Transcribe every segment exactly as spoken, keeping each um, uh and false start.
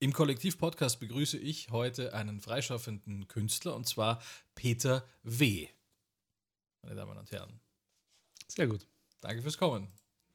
Im Kollektiv-Podcast begrüße ich heute einen freischaffenden Künstler, und zwar Peter W., meine Damen und Herren. Sehr gut. Danke fürs Kommen.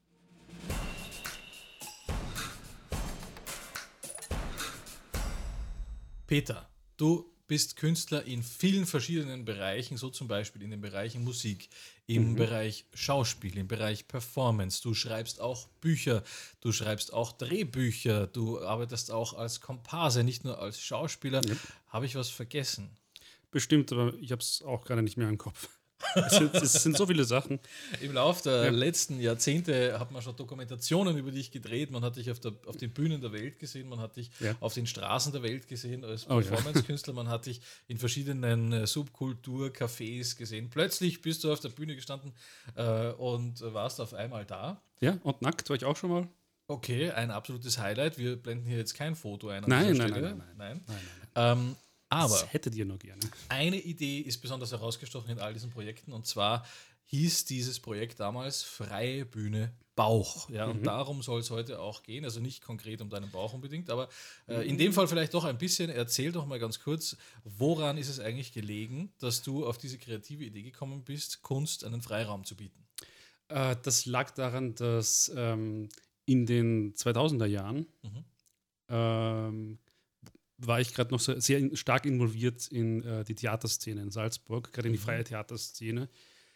Peter, du bist Künstler in vielen verschiedenen Bereichen, so zum Beispiel in den Bereichen Musik, im mhm. Bereich Schauspiel, im Bereich Performance. Du schreibst auch Bücher, du schreibst auch Drehbücher, du arbeitest auch als Komparse, nicht nur als Schauspieler. Ja. Habe ich was vergessen? Bestimmt, aber ich habe es auch gerade nicht mehr im Kopf. Es sind, es sind so viele Sachen. Im Laufe der ja. letzten Jahrzehnte hat man schon Dokumentationen über dich gedreht. Man hat dich auf, der, auf den Bühnen der Welt gesehen, man hat dich ja. auf den Straßen der Welt gesehen als Performance-Künstler, man hat dich in verschiedenen Subkultur-Cafés gesehen. Plötzlich bist du auf der Bühne gestanden äh, und warst auf einmal da. Ja, und nackt war ich auch schon mal. Okay, ein absolutes Highlight. Wir blenden hier jetzt kein Foto ein. An nein, dieser nein, Stelle. nein, nein, nein, nein. nein, nein. Ähm, Aber das hättet ihr nur gerne. Eine Idee ist besonders herausgestochen in all diesen Projekten, und zwar hieß dieses Projekt damals Freie Bühne Bauch. Ja, mhm. Und darum soll es heute auch gehen, also nicht konkret um deinen Bauch unbedingt, aber äh, in dem Fall vielleicht doch ein bisschen. Erzähl doch mal ganz kurz, woran ist es eigentlich gelegen, dass du auf diese kreative Idee gekommen bist, Kunst einen Freiraum zu bieten? Äh, das lag daran, dass ähm, in den zweitausender Jahren mhm. ähm, war ich gerade noch so sehr stark involviert in äh, die Theaterszene in Salzburg, gerade in die freie Theaterszene.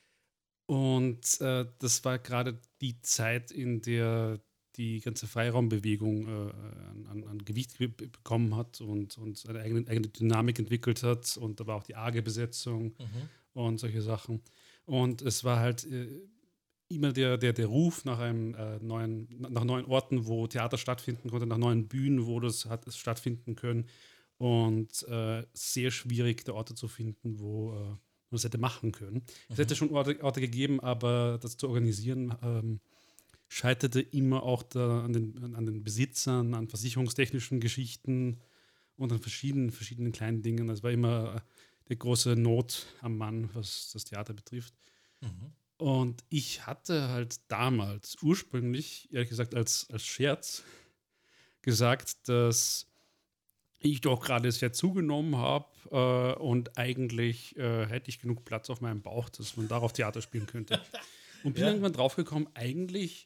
Und äh, das war gerade die Zeit, in der die ganze Freiraumbewegung äh, an, an Gewicht be- bekommen hat und, und eine eigene, eigene Dynamik entwickelt hat. Und da war auch die A G-Besetzung mhm. und solche Sachen. Und es war halt äh, immer der, der, der Ruf nach einem äh, neuen, nach neuen Orten, wo Theater stattfinden konnte, nach neuen Bühnen, wo das hat es stattfinden können. Und äh, sehr schwierig, da Orte zu finden, wo äh, man das hätte machen können. Mhm. Es hätte schon Orte, Orte gegeben, aber das zu organisieren ähm, scheiterte immer auch da an, den, an den Besitzern, an versicherungstechnischen Geschichten und an verschiedenen, verschiedenen kleinen Dingen. Es war immer äh, die große Not am Mann, was das Theater betrifft. Mhm. Und ich hatte halt damals ursprünglich, ehrlich gesagt, als, als Scherz gesagt, dass ich doch gerade sehr zugenommen habe äh, und eigentlich äh, hätte ich genug Platz auf meinem Bauch, dass man darauf Theater spielen könnte. Und bin ja. irgendwann draufgekommen, eigentlich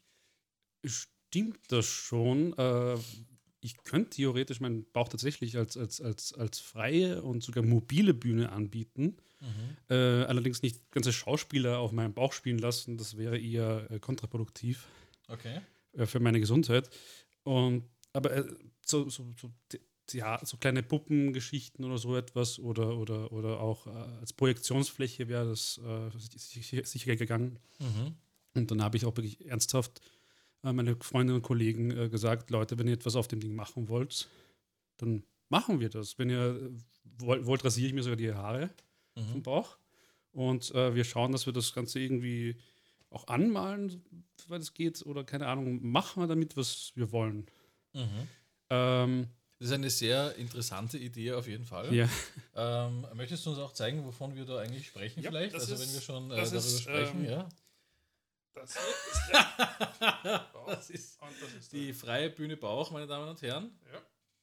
stimmt das schon. Äh, ich könnte theoretisch meinen Bauch tatsächlich als, als, als, als freie und sogar mobile Bühne anbieten. Mhm. Äh, allerdings nicht ganze Schauspieler auf meinem Bauch spielen lassen. Das wäre eher äh, kontraproduktiv okay. äh, für meine Gesundheit. Und, aber äh, so, so, so, ja, so kleine Puppengeschichten oder so etwas oder, oder, oder auch äh, als Projektionsfläche wäre das äh, sicher, sicher gegangen. Mhm. Und dann habe ich auch wirklich ernsthaft äh, meine Freunde und Kollegen äh, gesagt, Leute, wenn ihr etwas auf dem Ding machen wollt, dann machen wir das. Wenn ihr äh, wollt, wollt, rasiere ich mir sogar die Haare mhm. vom Bauch. Und äh, wir schauen, dass wir das Ganze irgendwie auch anmalen, soweit es geht. Oder keine Ahnung, machen wir damit, was wir wollen. Mhm. Ähm, Das ist eine sehr interessante Idee auf jeden Fall. Ja. Ähm, möchtest du uns auch zeigen, wovon wir da eigentlich sprechen ja, vielleicht? Also ist, wenn wir schon äh, darüber ist, sprechen, ähm, ja. Das hier ist, ja. das ist, und das ist die freie Bühne Bauch, meine Damen und Herren. Ja.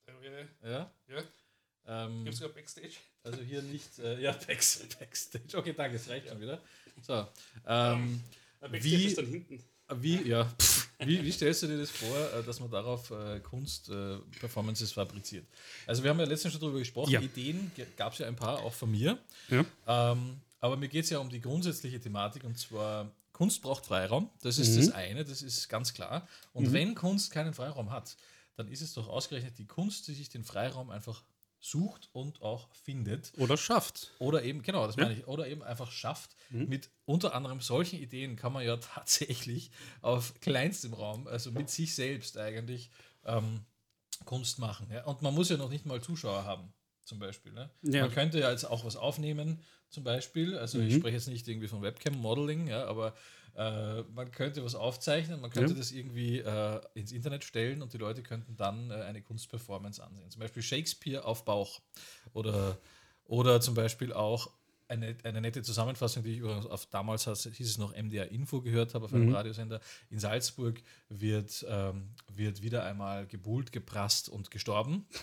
Ja. ja. Ähm, Gibt es sogar Backstage? Also hier nicht, äh, ja, Backstage. Okay, danke, es reicht ja. schon wieder. So, ähm, Backstage wie, ist dann hinten. Wie, ja, pff, wie, wie stellst du dir das vor, dass man darauf äh, Kunst-Performances äh, fabriziert? Also wir haben ja letztens schon darüber gesprochen, ja. Ideen gab es ja ein paar, auch von mir. Ja. Ähm, aber mir geht es ja um die grundsätzliche Thematik, und zwar Kunst braucht Freiraum. Das ist mhm. das eine, das ist ganz klar. Und mhm. wenn Kunst keinen Freiraum hat, dann ist es doch ausgerechnet die Kunst, die sich den Freiraum einfach sucht und auch findet. Oder schafft. Oder eben, genau, das ja. meine ich, oder eben einfach schafft. Mhm. Mit unter anderem solchen Ideen kann man ja tatsächlich auf kleinstem Raum, also mit sich selbst eigentlich, ähm, Kunst machen. Ja? Und man muss ja noch nicht mal Zuschauer haben, zum Beispiel. Ne? Ja. Man könnte ja jetzt auch was aufnehmen, zum Beispiel. Also mhm. ich spreche jetzt nicht irgendwie von Webcam-Modeling, ja, aber äh, man könnte was aufzeichnen, man könnte ja. das irgendwie äh, ins Internet stellen und die Leute könnten dann äh, eine Kunstperformance ansehen. Zum Beispiel Shakespeare auf Bauch. Oder, oder zum Beispiel auch eine, eine nette Zusammenfassung, die ich übrigens auf damals hieß es noch M D R Info gehört habe, auf einem mhm. Radiosender. In Salzburg wird, ähm, wird wieder einmal gebuhlt, geprasst und gestorben.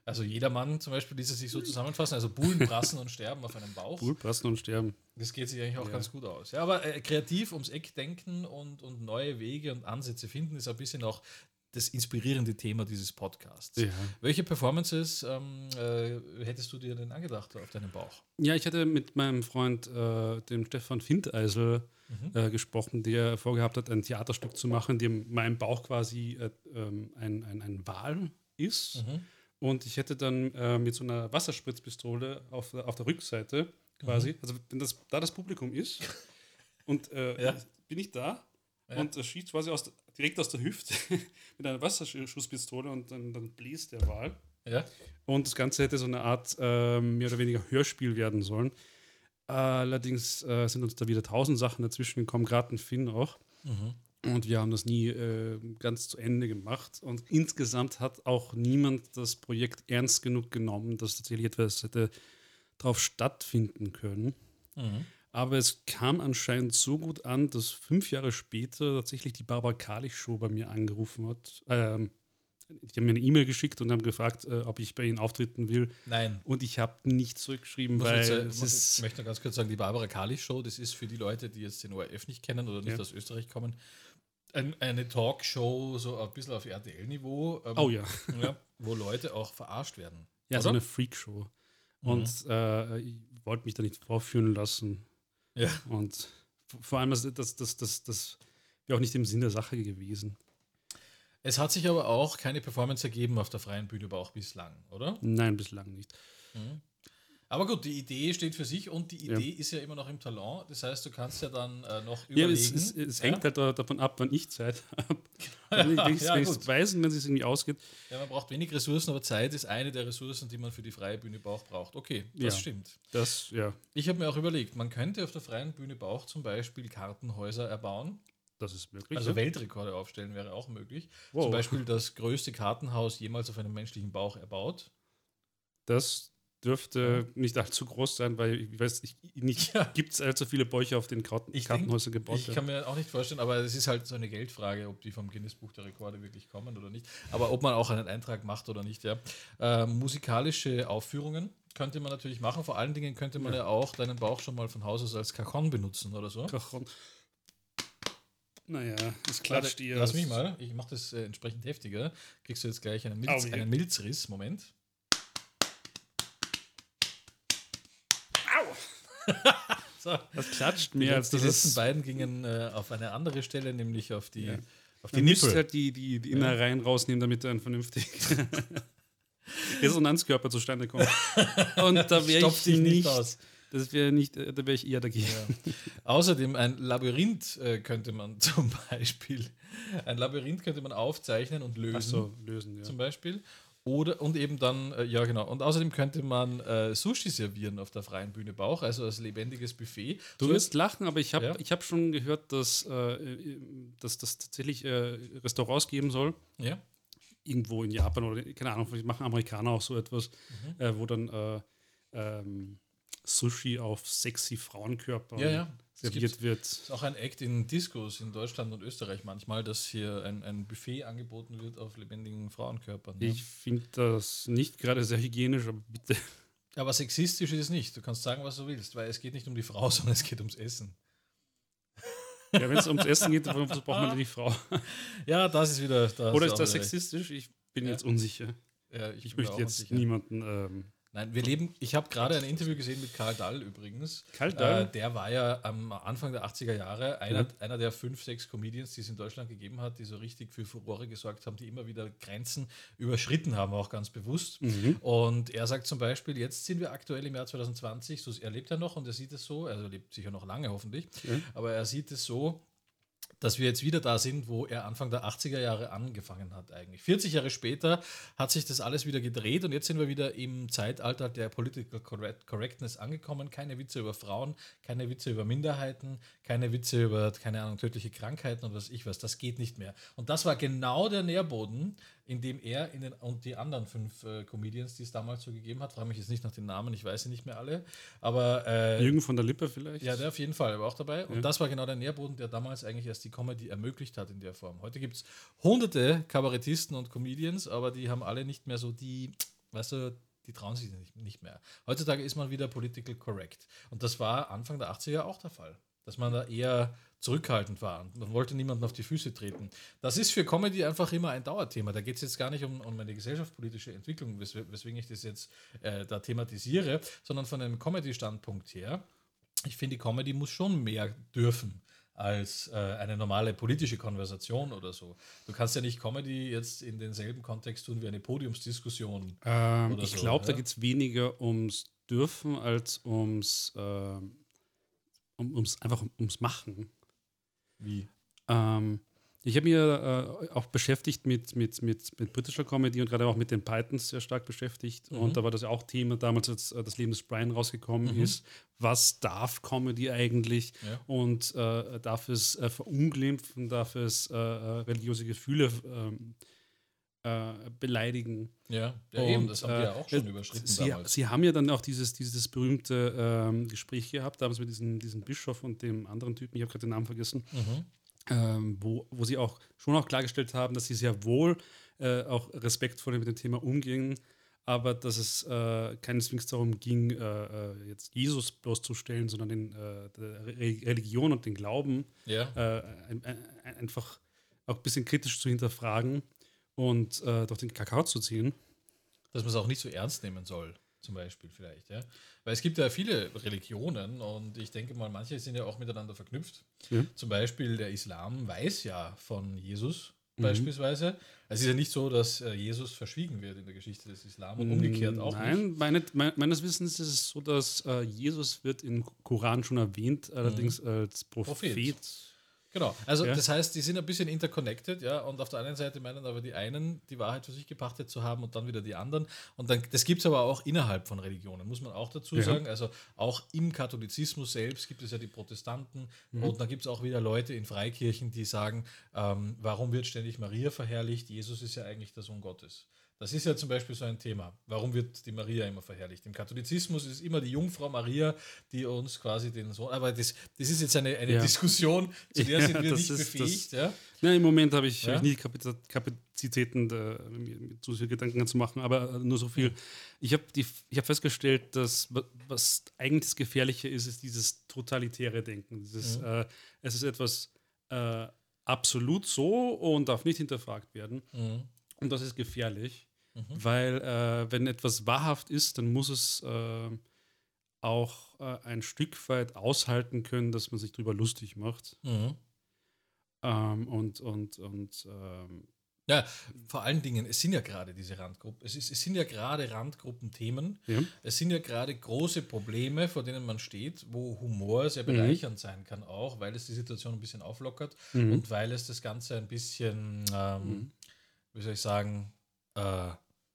Also jedermann zum Beispiel ließe sich so zusammenfassen, also Bullen prassen und sterben auf einem Bauch. Bullen prassen und sterben. Das geht sich eigentlich auch Ja. ganz gut aus. Ja, aber äh, kreativ ums Eck denken und, und neue Wege und Ansätze finden, ist ein bisschen auch das inspirierende Thema dieses Podcasts. Ja. Welche Performances ähm, äh, hättest du dir denn angedacht auf deinem Bauch? Ja, ich hatte mit meinem Freund, äh, dem Stefan Findeisel, Mhm. äh, gesprochen, der vorgehabt hat, ein Theaterstück zu machen, in dem mein Bauch quasi äh, ähm, ein, ein, ein Wal ist. Mhm. Und ich hätte dann äh, mit so einer Wasserspritzpistole auf, der- auf der Rückseite quasi, Mhm. also wenn das da das Publikum ist, und äh, Ja. bin ich da Ja. und äh, schießt quasi aus, der- direkt aus der Hüfte mit einer Wasserschusspistole und dann, dann bläst der Wal. Ja. Und das Ganze hätte so eine Art äh, mehr oder weniger Hörspiel werden sollen. Allerdings äh, sind uns da wieder tausend Sachen dazwischen gekommen, gerade ein Finn auch. Mhm. Und wir haben das nie äh, ganz zu Ende gemacht. Und insgesamt hat auch niemand das Projekt ernst genug genommen, dass tatsächlich etwas hätte drauf stattfinden können. Mhm. Aber es kam anscheinend so gut an, dass fünf Jahre später tatsächlich die Barbara Kalich-Show bei mir angerufen hat. Ähm, die haben mir eine E-Mail geschickt und haben gefragt, äh, ob ich bei ihnen auftreten will. Nein. Und ich habe nicht zurückgeschrieben, Muss weil jetzt, äh, es muss, ich ist. möchte noch ganz kurz sagen, die Barbara Kalich Show, das ist für die Leute, die jetzt den O R F nicht kennen oder nicht Ja. aus Österreich kommen, ein, eine Talkshow, so ein bisschen auf R T L-Niveau, ähm, Oh ja. ja, wo Leute auch verarscht werden. Ja, oder? so eine Freakshow. Mhm. Und äh, ich wollte mich da nicht vorführen lassen. Ja. Und v- vor allem, das, das, das, das, das wäre auch nicht im Sinn der Sache gewesen. Es hat sich aber auch keine Performance ergeben auf der freien Bühne Bauch bislang, oder? Nein, bislang nicht. Mhm. Aber gut, die Idee steht für sich und die Ja. Idee ist ja immer noch im Talent. Das heißt, du kannst ja dann äh, noch Ja, überlegen. es, es, es ja? hängt halt da, davon ab, wann ich Zeit habe. Wenn ich es Ja, wenn gut. ich's weiß und wenn es sich irgendwie ausgeht. Ja, man braucht wenig Ressourcen, aber Zeit ist eine der Ressourcen, die man für die freie Bühne Bauch braucht. Okay, das Ja. stimmt. Das, ja, Ich habe mir auch überlegt, man könnte auf der freien Bühne Bauch zum Beispiel Kartenhäuser erbauen. das ist möglich. Also ja. Weltrekorde aufstellen wäre auch möglich. Wow. Zum Beispiel das größte Kartenhaus jemals auf einem menschlichen Bauch erbaut. Das dürfte nicht allzu groß sein, weil ich weiß nicht, nicht Ja. gibt es allzu viele Bäuche, auf den Karten, Ich Kartenhäusern gebaut Ich werden. kann mir auch nicht vorstellen, aber es ist halt so eine Geldfrage, ob die vom Guinness-Buch der Rekorde wirklich kommen oder nicht. Aber ob man auch einen Eintrag macht oder nicht, ja. Äh, musikalische Aufführungen könnte man natürlich machen. Vor allen Dingen könnte man ja, Ja. auch deinen Bauch schon mal von Haus aus als Cajon benutzen oder so. Cajon. Naja, es Warte, klatscht ihr. lass mich mal, ich mache das äh, entsprechend heftiger. Kriegst du jetzt gleich einen, Milz, Oh, ja. einen Milzriss. Moment. So. Das klatscht Die, mehr als die das letzten ist. beiden gingen äh, auf eine andere Stelle, nämlich auf die, Ja. auf die Du musst Nippel. halt die, die, die Innereien rausnehmen, damit ein vernünftig Resonanzkörper zustande kommt. Und da wäre Stopf ich dich nicht nicht, aus. das wäre nicht, äh, da wäre ich eher dagegen. Ja. Außerdem ein Labyrinth äh, könnte man zum Beispiel, ein Labyrinth könnte man aufzeichnen und lösen, Ach so, lösen, ja. zum Beispiel. Oder, und eben dann, äh, ja genau, und außerdem könnte man äh, Sushi servieren auf der freien Bühne Bauch, also als lebendiges Buffet. Du So- wirst lachen, aber ich habe Ja. ich hab schon gehört, dass äh, dass das tatsächlich äh, Restaurants geben soll. Ja. Irgendwo in Japan oder keine Ahnung, vielleicht machen Amerikaner auch so etwas, Mhm. äh, wo dann äh, ähm, Sushi auf sexy Frauenkörpern Ja, ja. Es serviert gibt- wird. ist auch ein Act in Discos in Deutschland und Österreich manchmal, dass hier ein, ein Buffet angeboten wird auf lebendigen Frauenkörpern. Ja. Ich finde das nicht gerade sehr hygienisch, aber bitte. Aber sexistisch ist es nicht. Du kannst sagen, was du willst, weil es geht nicht um die Frau, sondern es geht ums Essen. Ja, wenn es ums Essen geht, dann braucht man die Frau. Ja, das ist wieder. Da hast Oder du ist auch das wieder recht. sexistisch? Ich bin Ja. jetzt unsicher. Ja, Ich bin mir möchte auch jetzt unsicher. niemanden. Ähm, Nein, wir leben. Ich habe gerade ein Interview gesehen mit Karl Dall übrigens. Karl Dall? Äh, der war ja am Anfang der achtziger Jahre einer, Ja. einer der fünf, sechs Comedians, die es in Deutschland gegeben hat, die so richtig für Furore gesorgt haben, die immer wieder Grenzen überschritten haben, auch ganz bewusst. mhm. Und er sagt zum Beispiel, jetzt sind wir aktuell im Jahr zwanzig zwanzig, so, er lebt ja noch und er sieht es so, also er lebt sicher noch lange hoffentlich, Ja. aber er sieht es so, dass wir jetzt wieder da sind, wo er Anfang der achtziger Jahre angefangen hat eigentlich. vierzig Jahre später hat sich das alles wieder gedreht und jetzt sind wir wieder im Zeitalter der Political Correct- Correctness angekommen. Keine Witze über Frauen, keine Witze über Minderheiten, keine Witze über, keine Ahnung, tödliche Krankheiten und was ich was. Das geht nicht mehr. Und das war genau der Nährboden, in dem er in den, und die anderen fünf äh, Comedians, die es damals so gegeben hat, frage mich jetzt nicht nach den Namen, ich weiß sie nicht mehr alle, aber äh, Jürgen von der Lippe vielleicht? ja, der auf jeden Fall war auch dabei. Und Ja. das war genau der Nährboden, der damals eigentlich erst die Comedy ermöglicht hat in der Form. Heute gibt es hunderte Kabarettisten und Comedians, aber die haben alle nicht mehr so die, weißt du, die trauen sich nicht, nicht mehr. Heutzutage ist man wieder political correct. Und das war Anfang der achtziger auch der Fall. Dass man da eher zurückhaltend war. Man wollte niemanden auf die Füße treten. Das ist für Comedy einfach immer ein Dauerthema. Da geht es jetzt gar nicht um, um eine gesellschaftspolitische Entwicklung, wes weswegen ich das jetzt äh, da thematisiere, sondern von einem Comedy-Standpunkt her. Ich finde, die Comedy muss schon mehr dürfen als äh, eine normale politische Konversation oder so. Du kannst ja nicht Comedy jetzt in denselben Kontext tun wie eine Podiumsdiskussion. Ähm, oder ich so, glaube, ja? da geht es weniger ums Dürfen als ums, ähm, um, ums einfach um, ums Machen. Wie? Ähm, ich habe mir äh, auch beschäftigt mit, mit, mit, mit britischer Comedy und gerade auch mit den Pythons sehr stark beschäftigt. Mhm. Und da war das ja auch Thema damals, als äh, das Leben des Brian rausgekommen Mhm. ist. Was darf Comedy eigentlich? Ja. Und äh, darf es äh, verunglimpfen? Darf es äh, äh, religiöse Gefühle ähm, äh, beleidigen? Ja, ja Und, eben, das haben die äh, ja auch schon äh, überschritten Sie, damals. Sie haben ja dann auch dieses, dieses berühmte ähm, Gespräch gehabt, damals mit diesem, diesem Bischof und dem anderen Typen, ich habe gerade den Namen vergessen, Mhm. ähm, wo, wo Sie auch schon auch klargestellt haben, dass Sie sehr wohl äh, auch respektvoll mit dem Thema umgehen, aber dass es äh, keineswegs darum ging, äh, äh, jetzt Jesus bloßzustellen, sondern den, äh, der Re Religion und den Glauben Ja. äh, ein, ein, einfach auch ein bisschen kritisch zu hinterfragen und äh, durch den Kakao zu ziehen. Dass man es auch nicht so ernst nehmen soll, zum Beispiel vielleicht, ja. Weil es gibt ja viele Religionen und ich denke mal, manche sind ja auch miteinander verknüpft. Ja. Zum Beispiel der Islam weiß ja von Jesus Mhm. beispielsweise. Es ist ja nicht so, dass äh, Jesus verschwiegen wird in der Geschichte des Islam und umgekehrt auch Nein, nicht. meine, mein, meines Wissens ist es so, dass äh, Jesus wird im Koran schon erwähnt, allerdings als Prophet. Prophet. Genau, also Ja. das heißt, die sind ein bisschen interconnected, ja, und auf der einen Seite meinen aber die einen, die Wahrheit für sich gepachtet zu haben und dann wieder die anderen. Und dann, das gibt es aber auch innerhalb von Religionen, muss man auch dazu Ja. sagen. Also auch im Katholizismus selbst gibt es ja die Protestanten Mhm. und dann gibt es auch wieder Leute in Freikirchen, die sagen, ähm, warum wird ständig Maria verherrlicht? Jesus ist ja eigentlich der Sohn Gottes. Das ist ja zum Beispiel so ein Thema. Warum wird die Maria immer verherrlicht? Im Katholizismus ist es immer die Jungfrau Maria, die uns quasi den Sohn. Aber das, das ist jetzt eine, eine Ja. Diskussion, zu der Ja, sind wir das nicht ist- befähigt. Ja? Na, im Moment habe ich, Ja. hab ich nicht die Kapaz- Kapazitäten, da, mir, mir zu viel Gedanken zu machen, aber äh, nur so viel. Ich habe hab festgestellt, dass wa- was eigentlich das Gefährliche ist, ist dieses totalitäre Denken. Dieses, Mhm. äh, es ist etwas äh, absolut so und darf nicht hinterfragt werden. Mhm. Und das ist gefährlich, Mhm. weil äh, wenn etwas wahrhaft ist, dann muss es äh, auch äh, ein Stück weit aushalten können, dass man sich darüber lustig macht. Mhm. Ähm, und und, und ähm, Ja, vor allen Dingen, es sind ja gerade diese Randgruppen, es, ist, es sind ja gerade Randgruppenthemen, ja. es sind ja gerade große Probleme, vor denen man steht, wo Humor sehr Mhm. bereichernd sein kann auch, weil es die Situation ein bisschen auflockert Mhm. und weil es das Ganze ein bisschen, ähm, Mhm. wie soll ich sagen, äh,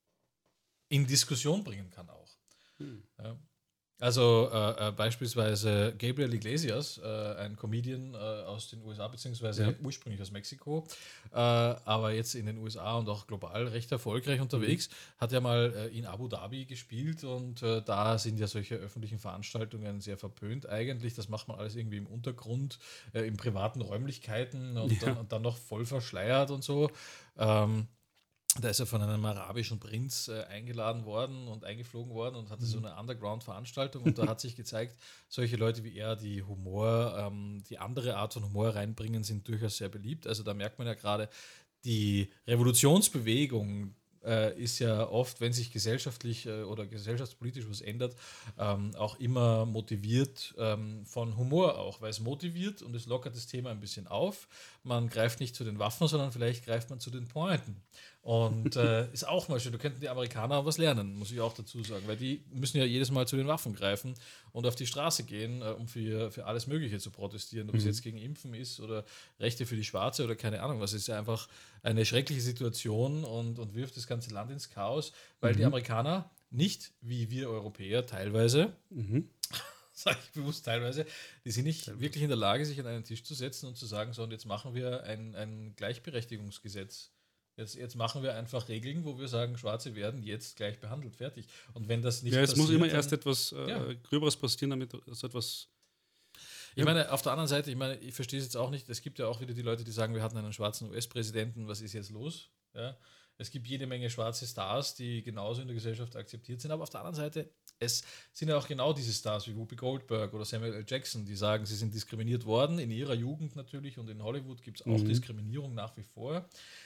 in Diskussion bringen kann auch. Mhm. Ja. Also äh, äh, beispielsweise Gabriel Iglesias, äh, ein Comedian äh, aus den U S A, beziehungsweise Ja. ursprünglich aus Mexiko, äh, aber jetzt in den U S A und auch global recht erfolgreich unterwegs, hat ja mal äh, in Abu Dhabi gespielt und äh, da sind ja solche öffentlichen Veranstaltungen sehr verpönt eigentlich. Das macht man alles irgendwie im Untergrund, äh, in privaten Räumlichkeiten und, Ja. dann, und dann noch voll verschleiert und so. Ähm, Da ist er von einem arabischen Prinz äh, eingeladen worden und eingeflogen worden und hatte so eine Underground-Veranstaltung und da hat sich gezeigt, solche Leute wie er, die Humor, ähm, die andere Art von Humor reinbringen, sind durchaus sehr beliebt. Also da merkt man ja gerade, die Revolutionsbewegung äh, ist ja oft, wenn sich gesellschaftlich äh, oder gesellschaftspolitisch was ändert, ähm, auch immer motiviert ähm, von Humor auch, weil es motiviert und es lockert das Thema ein bisschen auf. Man greift nicht zu den Waffen, sondern vielleicht greift man zu den Pointen. Und äh, ist auch mal schön, da könnten die Amerikaner was lernen, muss ich auch dazu sagen, weil die müssen ja jedes Mal zu den Waffen greifen und auf die Straße gehen, äh, um für, für alles Mögliche zu protestieren, ob es Mhm. jetzt gegen Impfen ist oder Rechte für die Schwarze oder keine Ahnung was. Es ist ja einfach eine schreckliche Situation und, und wirft das ganze Land ins Chaos, weil die Mhm. Amerikaner nicht wie wir Europäer teilweise, Mhm. sage ich bewusst teilweise, die sind nicht wirklich in der Lage, sich an einen Tisch zu setzen und zu sagen, so und jetzt machen wir ein, ein Gleichberechtigungsgesetz. Jetzt, jetzt machen wir einfach Regeln, wo wir sagen, Schwarze werden jetzt gleich behandelt, fertig. Und wenn das nicht Ja, es muss passiert, immer dann- erst etwas äh, Ja. Gröberes passieren, damit so etwas. Ich meine, auf der anderen Seite, ich meine, ich verstehe es jetzt auch nicht, es gibt ja auch wieder die Leute, die sagen, wir hatten einen schwarzen U S-Präsidenten, was ist jetzt los? Ja? Es gibt jede Menge schwarze Stars, die genauso in der Gesellschaft akzeptiert sind, aber auf der anderen Seite, es sind ja auch genau diese Stars wie Whoopi Goldberg oder Samuel L. Jackson, die sagen, sie sind diskriminiert worden, in ihrer Jugend natürlich, und in Hollywood gibt es auch mhm. Diskriminierung nach wie vor.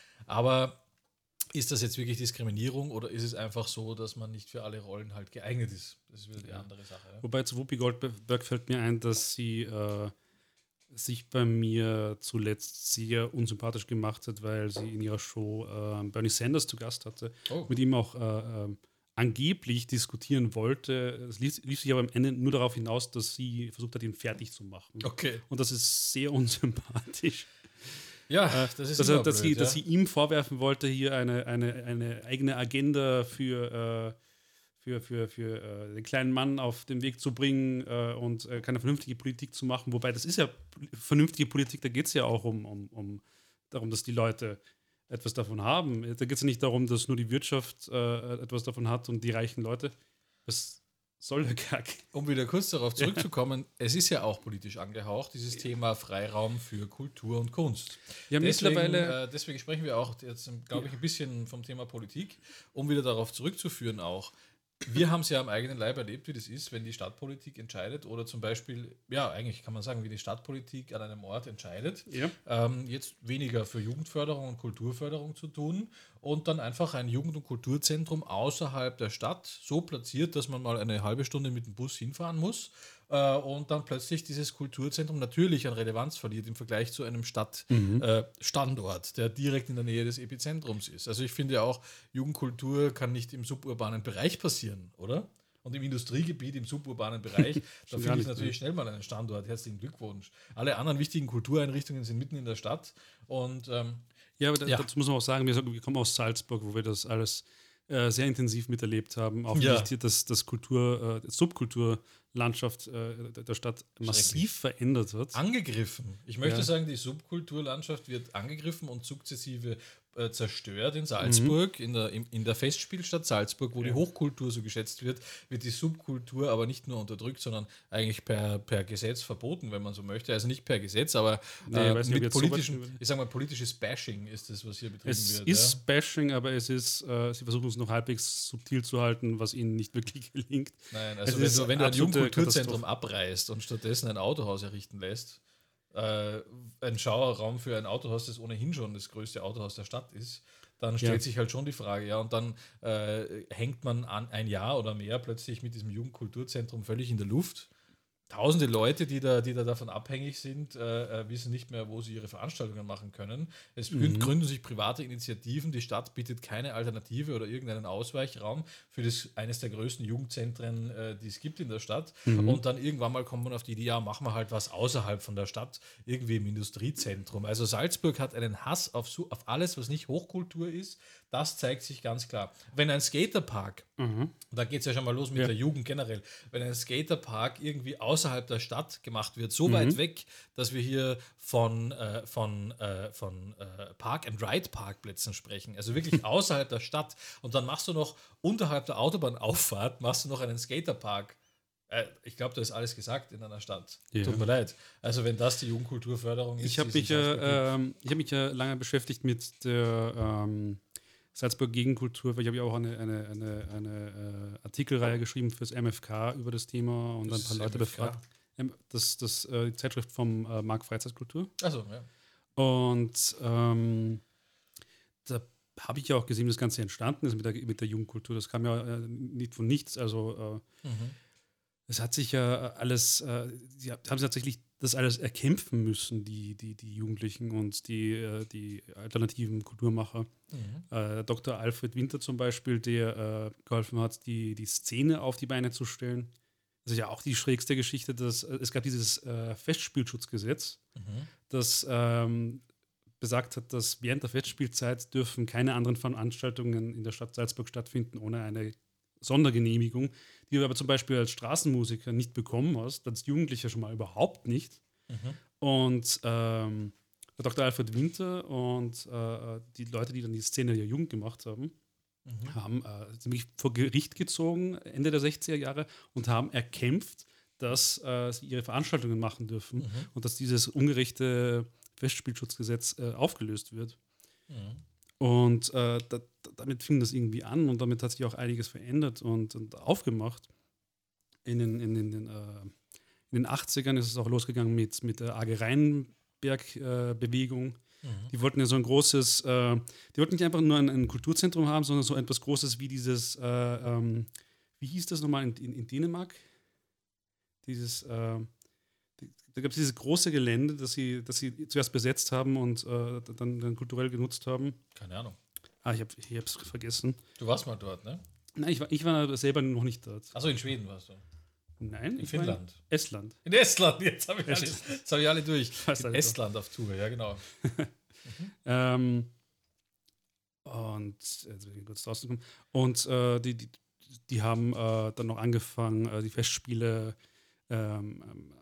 Aber ist das jetzt wirklich Diskriminierung oder ist es einfach so, dass man nicht für alle Rollen halt geeignet ist? Das ist wieder die ja. andere Sache. Ja? Wobei zu Whoopi Goldberg fällt mir ein, dass sie äh, sich bei mir zuletzt sehr unsympathisch gemacht hat, weil sie in ihrer Show äh, Bernie Sanders zu Gast hatte, oh. mit ihm auch äh, äh, angeblich diskutieren wollte. Es lief, lief sich aber am Ende nur darauf hinaus, dass sie versucht hat, ihn fertig zu machen. Okay. Und das ist sehr unsympathisch. Ja, das ist dass, er, dass, blöd, sie, ja. dass sie ihm vorwerfen wollte, hier eine, eine, eine eigene Agenda für, äh, für, für, für äh, den kleinen Mann auf den Weg zu bringen äh, und äh, keine vernünftige Politik zu machen. Wobei, das ist ja vernünftige Politik, da geht es ja auch um, um, um darum, dass die Leute etwas davon haben. Da geht es ja nicht darum, dass nur die Wirtschaft äh, etwas davon hat und die reichen Leute. Das soll der Kack. Um wieder kurz darauf zurückzukommen, ja. es ist ja auch politisch angehaucht, dieses Thema Freiraum für Kultur und Kunst. Ja, deswegen, mittlerweile äh, deswegen sprechen wir auch jetzt, glaube ich, ein bisschen vom Thema Politik, um wieder darauf zurückzuführen auch. Wir haben es ja am eigenen Leib erlebt, wie das ist, wenn die Stadtpolitik entscheidet oder zum Beispiel, ja, eigentlich kann man sagen, wie die Stadtpolitik an einem Ort entscheidet, ja. ähm, jetzt weniger für Jugendförderung und Kulturförderung zu tun und dann einfach ein Jugend- und Kulturzentrum außerhalb der Stadt so platziert, dass man mal eine halbe Stunde mit dem Bus hinfahren muss äh, und dann plötzlich dieses Kulturzentrum natürlich an Relevanz verliert im Vergleich zu einem Stadtstandort, mhm. äh, der direkt in der Nähe des Epizentrums ist. Also ich finde auch, Jugendkultur kann nicht im suburbanen Bereich passieren, oder? Und im Industriegebiet, im suburbanen Bereich, da finde ich natürlich schnell mal einen Standort. Herzlichen Glückwunsch. Alle anderen wichtigen Kultureinrichtungen sind mitten in der Stadt. Und ähm, ja, aber ja. dazu muss man auch sagen, wir, wir kommen aus Salzburg, wo wir das alles äh, sehr intensiv miterlebt haben. Auch ja. nicht, dass das Kultur, äh, Subkulturlandschaft äh, der Stadt massiv verändert wird. Angegriffen. Ich möchte ja. sagen, die Subkulturlandschaft wird angegriffen und sukzessive äh, zerstört in Salzburg, mhm. in, der, in, in der Festspielstadt Salzburg, wo ja. die Hochkultur so geschätzt wird, wird die Subkultur aber nicht nur unterdrückt, sondern eigentlich per, per Gesetz verboten, wenn man so möchte. Also nicht per Gesetz, aber äh, nee, mit politischen, so ich sage mal, politisches Bashing ist das, was hier betrieben es wird. Es ist ja. Bashing, aber es ist, äh, sie versuchen es noch halbwegs subtil zu halten, was ihnen nicht wirklich gelingt. Nein, also wenn du, wenn du ein Jugendkulturzentrum abreißt und stattdessen ein Autohaus errichten lässt, äh, ein Schauerraum für ein Autohaus, das ohnehin schon das größte Autohaus der Stadt ist, dann stellt ja. sich halt schon die Frage, ja, und dann äh, hängt man an ein Jahr oder mehr plötzlich mit diesem Jugendkulturzentrum völlig in der Luft. Tausende Leute, die da, die da davon abhängig sind, äh, wissen nicht mehr, wo sie ihre Veranstaltungen machen können. Es mhm. gründen sich private Initiativen, die Stadt bietet keine Alternative oder irgendeinen Ausweichraum für das, eines der größten Jugendzentren, äh, die es gibt in der Stadt. Mhm. Und dann irgendwann mal kommt man auf die Idee, ja, machen wir halt was außerhalb von der Stadt, irgendwie im Industriezentrum. Also Salzburg hat einen Hass auf, auf alles, was nicht Hochkultur ist. Das zeigt sich ganz klar. Wenn ein Skaterpark, mhm. da geht es ja schon mal los mit ja. der Jugend generell, wenn ein Skaterpark irgendwie außerhalb der Stadt gemacht wird, so mhm. weit weg, dass wir hier von, äh, von, äh, von äh, Park-and-Ride-Parkplätzen sprechen, also wirklich außerhalb der Stadt, und dann machst du noch unterhalb der Autobahnauffahrt, machst du noch einen Skaterpark. Äh, ich glaube, da ist alles gesagt in einer Stadt. Ja. Tut mir leid. Also wenn das die Jugendkulturförderung ist. Ich habe mich, äh, ähm, hab mich ja lange beschäftigt mit der ähm Salzburg Gegenkultur, weil ich habe ja auch eine, eine, eine, eine äh, Artikelreihe geschrieben fürs M F K über das Thema und dann ein paar Leute befragt. Das ist äh, die Zeitschrift vom äh, Markt Freizeitkultur. Achso, ja. Und ähm, da habe ich ja auch gesehen, wie das Ganze entstanden ist mit der, mit der Jugendkultur. Das kam ja äh, nicht von nichts. Also äh, mhm. es hat sich ja alles, äh, sie haben tatsächlich das alles erkämpfen müssen, die, die, die Jugendlichen und die, äh, die alternativen Kulturmacher. Mhm. Äh, Doktor Alfred Winter zum Beispiel, der äh, geholfen hat, die, die Szene auf die Beine zu stellen. Das ist ja auch die schrägste Geschichte, dass äh, es gab dieses äh, Festspielschutzgesetz, mhm. das ähm, besagt hat, dass während der Festspielzeit dürfen keine anderen Veranstaltungen in der Stadt Salzburg stattfinden ohne eine Sondergenehmigung, die du aber zum Beispiel als Straßenmusiker nicht bekommen hast, als Jugendlicher schon mal überhaupt nicht. Mhm. Und ähm, der Doktor Alfred Winter und äh, die Leute, die dann die Szene der Jugend gemacht haben, mhm. haben äh, ziemlich vor Gericht gezogen, Ende der sechziger Jahre, und haben erkämpft, dass äh, sie ihre Veranstaltungen machen dürfen mhm. und dass dieses ungerechte Festspielschutzgesetz äh, aufgelöst wird. Mhm. Und äh, da, damit fing das irgendwie an und damit hat sich auch einiges verändert und, und aufgemacht. In den, in, den, in, äh, in den achtzigern ist es auch losgegangen mit, mit der A G Rheinberg-Bewegung. Äh, mhm. Die wollten ja so ein großes, äh, die wollten nicht einfach nur ein, ein Kulturzentrum haben, sondern so etwas Großes wie dieses, äh, ähm, wie hieß das nochmal in, in, in Dänemark? Dieses, äh, die, da gab es dieses große Gelände, das sie, das sie zuerst besetzt haben und äh, dann, dann kulturell genutzt haben. Keine Ahnung. Ah, ich habe es vergessen. Du warst mal dort, ne? Nein, ich war, ich war selber noch nicht dort. Achso, in Schweden warst du. Nein. In Finnland. In Estland. In Estland, jetzt habe ich, alle, hab ich alle durch. Fast in alle Estland auf Tour, ja genau. mhm. ähm, und jetzt bin ich kurz draußen gekommen. Und äh, die, die, die haben äh, dann noch angefangen, äh, die Festspiele ähm,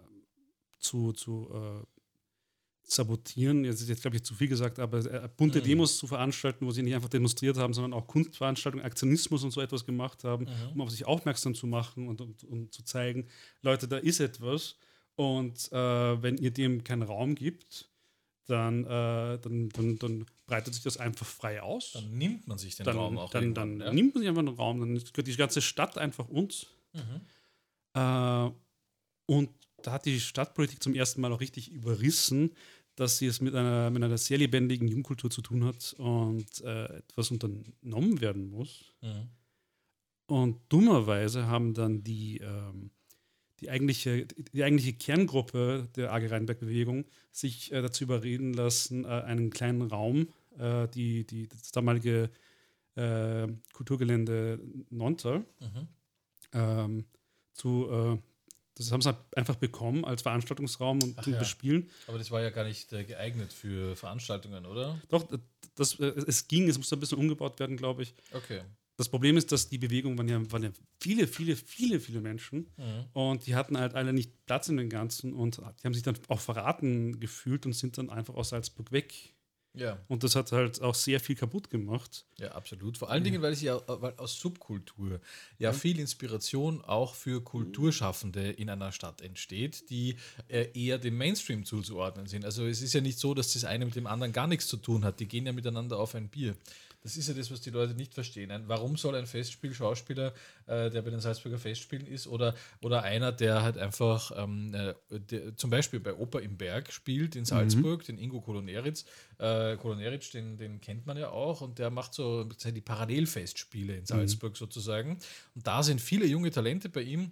zu, zu äh, sabotieren. Jetzt ist jetzt, glaube ich, zu viel gesagt, aber äh, bunte mhm. Demos zu veranstalten, wo sie nicht einfach demonstriert haben, sondern auch Kunstveranstaltungen, Aktionismus und so etwas gemacht haben, mhm. um auf sich aufmerksam zu machen und, und, und zu zeigen, Leute, da ist etwas. Und äh, wenn ihr dem keinen Raum gibt, dann, äh, dann, dann, dann breitet sich das einfach frei aus. Dann nimmt man sich den dann, Raum auch. Dann, dann ja. nimmt man sich einfach den Raum, dann gehört die ganze Stadt einfach uns. Mhm. Äh, und da hat die Stadtpolitik zum ersten Mal auch richtig überrissen, dass sie es mit einer, mit einer sehr lebendigen Jugendkultur zu tun hat und äh, etwas unternommen werden muss. Mhm. Und dummerweise haben dann die, ähm, die, eigentliche, die eigentliche Kerngruppe der A G Rheinberg-Bewegung sich äh, dazu überreden lassen, äh, einen kleinen Raum, äh, die, die, das damalige äh, Kulturgelände Nontal, mhm. ähm, zu äh, Das haben sie halt einfach bekommen als Veranstaltungsraum und Ach zum ja. Bespielen. Aber das war ja gar nicht äh, geeignet für Veranstaltungen, oder? Doch, das, äh, es ging, es musste ein bisschen umgebaut werden, glaube ich. Okay. Das Problem ist, dass die Bewegung waren ja, waren ja viele, viele, viele, viele Menschen mhm. und die hatten halt alle nicht Platz in den Ganzen und die haben sich dann auch verraten gefühlt und sind dann einfach aus Salzburg weg. Ja. Und das hat halt auch sehr viel kaputt gemacht. Ja, absolut. Vor allen Dingen, weil es ja weil aus Subkultur ja, ja viel Inspiration auch für Kulturschaffende in einer Stadt entsteht, die äh, eher dem Mainstream zuzuordnen sind. Also es ist ja nicht so, dass das eine mit dem anderen gar nichts zu tun hat. Die gehen ja miteinander auf ein Bier. Das ist ja das, was die Leute nicht verstehen. Ein, warum soll ein Festspiel-Schauspieler, äh, der bei den Salzburger Festspielen ist, oder, oder einer, der halt einfach ähm, äh, der, zum Beispiel bei Oper im Berg spielt in Salzburg, mhm. den Ingo Koloneritz, äh, Koloneritz, den, den kennt man ja auch, und der macht so die Parallelfestspiele in Salzburg mhm. sozusagen. Und da sind viele junge Talente bei ihm,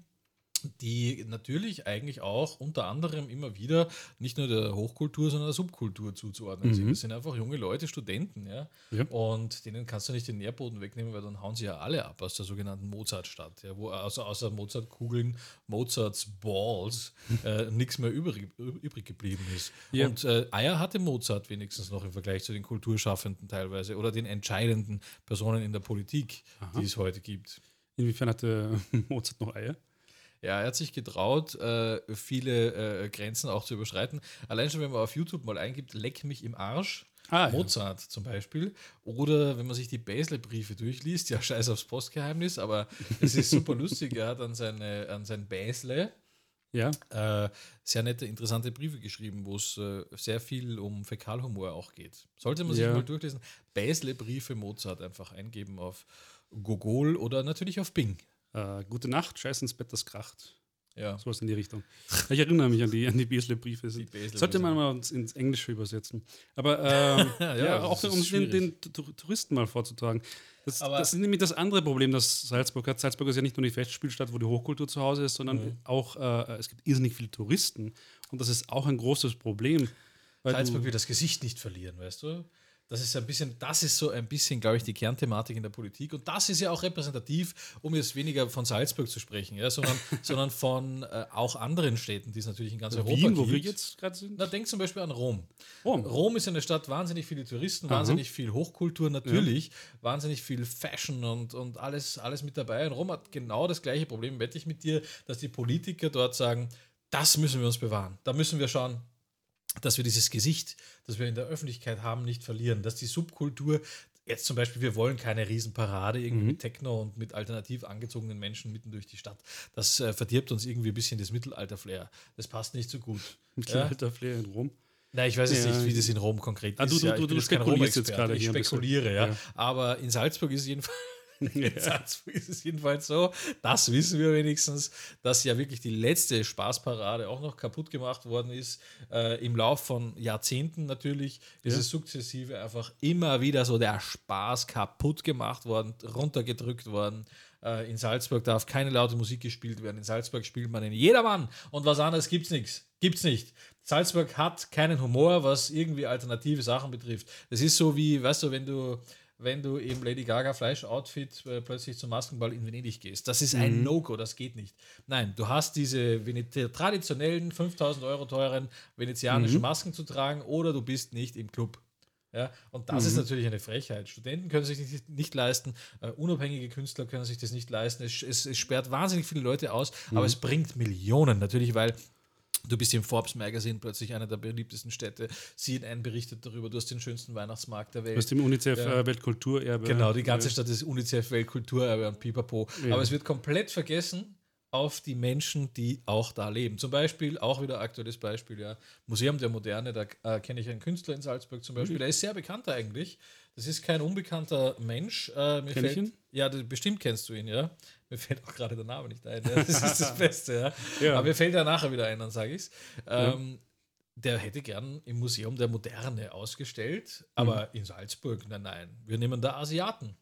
die natürlich eigentlich auch unter anderem immer wieder nicht nur der Hochkultur, sondern der Subkultur zuzuordnen mhm. sind. Das sind einfach junge Leute, Studenten, ja? Ja. Und denen kannst du nicht den Nährboden wegnehmen, weil dann hauen sie ja alle ab aus der sogenannten Mozartstadt, ja? Wo außer, außer Mozartkugeln, Mozarts Balls äh, nichts mehr übrig, übrig geblieben ist. Ja. Und äh, Eier hatte Mozart wenigstens noch im Vergleich zu den Kulturschaffenden teilweise oder den entscheidenden Personen in der Politik, Aha. die es heute gibt. Inwiefern hatte Mozart noch Eier? Ja, er hat sich getraut, äh, viele äh, Grenzen auch zu überschreiten. Allein schon, wenn man auf YouTube mal eingibt, leck mich im Arsch, ah, Mozart ja. zum Beispiel. Oder wenn man sich die Bäsle-Briefe durchliest, ja, scheiß aufs Postgeheimnis, aber es ist super lustig, er hat an, seine, an sein Bäsle ja. äh, sehr nette, interessante Briefe geschrieben, wo es äh, sehr viel um Fäkalhumor auch geht. Sollte man sich ja. mal durchlesen. Bäsle-Briefe Mozart einfach eingeben auf Google oder natürlich auf Bing. Uh, gute Nacht, scheiß ins Bett, das kracht. Ja. So was in die Richtung. Ich erinnere mich an die, an die Bäsle-Briefe. Sollte man mal ins Englische übersetzen. Aber ähm, ja, ja, auch um den, den Touristen mal vorzutragen. Das, das ist nämlich das andere Problem, das Salzburg hat. Salzburg ist ja nicht nur die Festspielstadt, wo die Hochkultur zu Hause ist, sondern mhm. auch, äh, es gibt irrsinnig viele Touristen. Und das ist auch ein großes Problem. Salzburg wird das Gesicht nicht verlieren, weißt du? Das ist ein bisschen, das ist so ein bisschen, glaube ich, die Kernthematik in der Politik. Und das ist ja auch repräsentativ, um jetzt weniger von Salzburg zu sprechen, ja, sondern, sondern von äh, auch anderen Städten, die es natürlich in ganz Europa Wien, gibt. Wo wir jetzt gerade sind? Na, denk zum Beispiel an Rom. Rom. Rom ist eine Stadt, wahnsinnig viele Touristen, Aha. wahnsinnig viel Hochkultur natürlich, ja. wahnsinnig viel Fashion und, und alles, alles mit dabei. Und Rom hat genau das gleiche Problem, wette ich mit dir, dass die Politiker dort sagen, das müssen wir uns bewahren. Da müssen wir schauen, dass wir dieses Gesicht, das wir in der Öffentlichkeit haben, nicht verlieren. Dass die Subkultur, jetzt zum Beispiel, wir wollen keine Riesenparade irgendwie mhm. mit Techno und mit alternativ angezogenen Menschen mitten durch die Stadt. Das äh, verdirbt uns irgendwie ein bisschen das Mittelalter-Flair. Das passt nicht so gut. Mittelalter-Flair in Rom? Nein, ich weiß jetzt ja. nicht, wie das in Rom konkret ah, ist. Du, du, ja, du, du spekulierst jetzt gerade ich hier. spekuliere, ja. ja. Aber in Salzburg ist es jedenfalls in Salzburg ist es jedenfalls so, das wissen wir wenigstens, dass ja wirklich die letzte Spaßparade auch noch kaputt gemacht worden ist. Äh, Im Lauf von Jahrzehnten natürlich ist ja. es sukzessive einfach immer wieder so der Spaß kaputt gemacht worden, runtergedrückt worden. Äh, in Salzburg darf keine laute Musik gespielt werden. In Salzburg spielt man in jedermann und was anderes gibt's nichts. Gibt's nicht. Salzburg hat keinen Humor, was irgendwie alternative Sachen betrifft. Das ist so wie, weißt du, wenn du wenn du im Lady Gaga Fleisch-Outfit äh, plötzlich zum Maskenball in Venedig gehst. Das ist ein mhm. No-Go, das geht nicht. Nein, du hast diese Veneti- traditionellen fünftausend Euro teuren venezianischen mhm. Masken zu tragen oder du bist nicht im Club. Ja, und das mhm. ist natürlich eine Frechheit. Studenten können sich nicht, nicht leisten, uh, unabhängige Künstler können sich das nicht leisten. Es, es, es sperrt wahnsinnig viele Leute aus, mhm. aber es bringt Millionen. Natürlich, weil du bist im Forbes Magazine plötzlich einer der beliebtesten Städte. C N N berichtet darüber, du hast den schönsten Weihnachtsmarkt der Welt. Du hast im UNICEF ja. äh, Weltkulturerbe. Genau, die ganze Stadt ist UNICEF Weltkulturerbe und pipapo. Ja. Aber es wird komplett vergessen auf die Menschen, die auch da leben. Zum Beispiel, auch wieder aktuelles Beispiel, ja, Museum der Moderne, da äh, kenne ich einen Künstler in Salzburg zum Beispiel, mhm. der ist sehr bekannt eigentlich. Das ist kein unbekannter Mensch. Äh, mir Kenn fällt, ich ihn? Ja, das, bestimmt kennst du ihn, ja. Mir fällt auch gerade der Name nicht ein. Ja. Das ist das Beste, ja. ja. Aber mir fällt ja nachher wieder ein, dann sage ich es. Ähm, ja. Der hätte gern im Museum der Moderne ausgestellt, aber mhm. in Salzburg, nein, nein. Wir nehmen da Asiaten.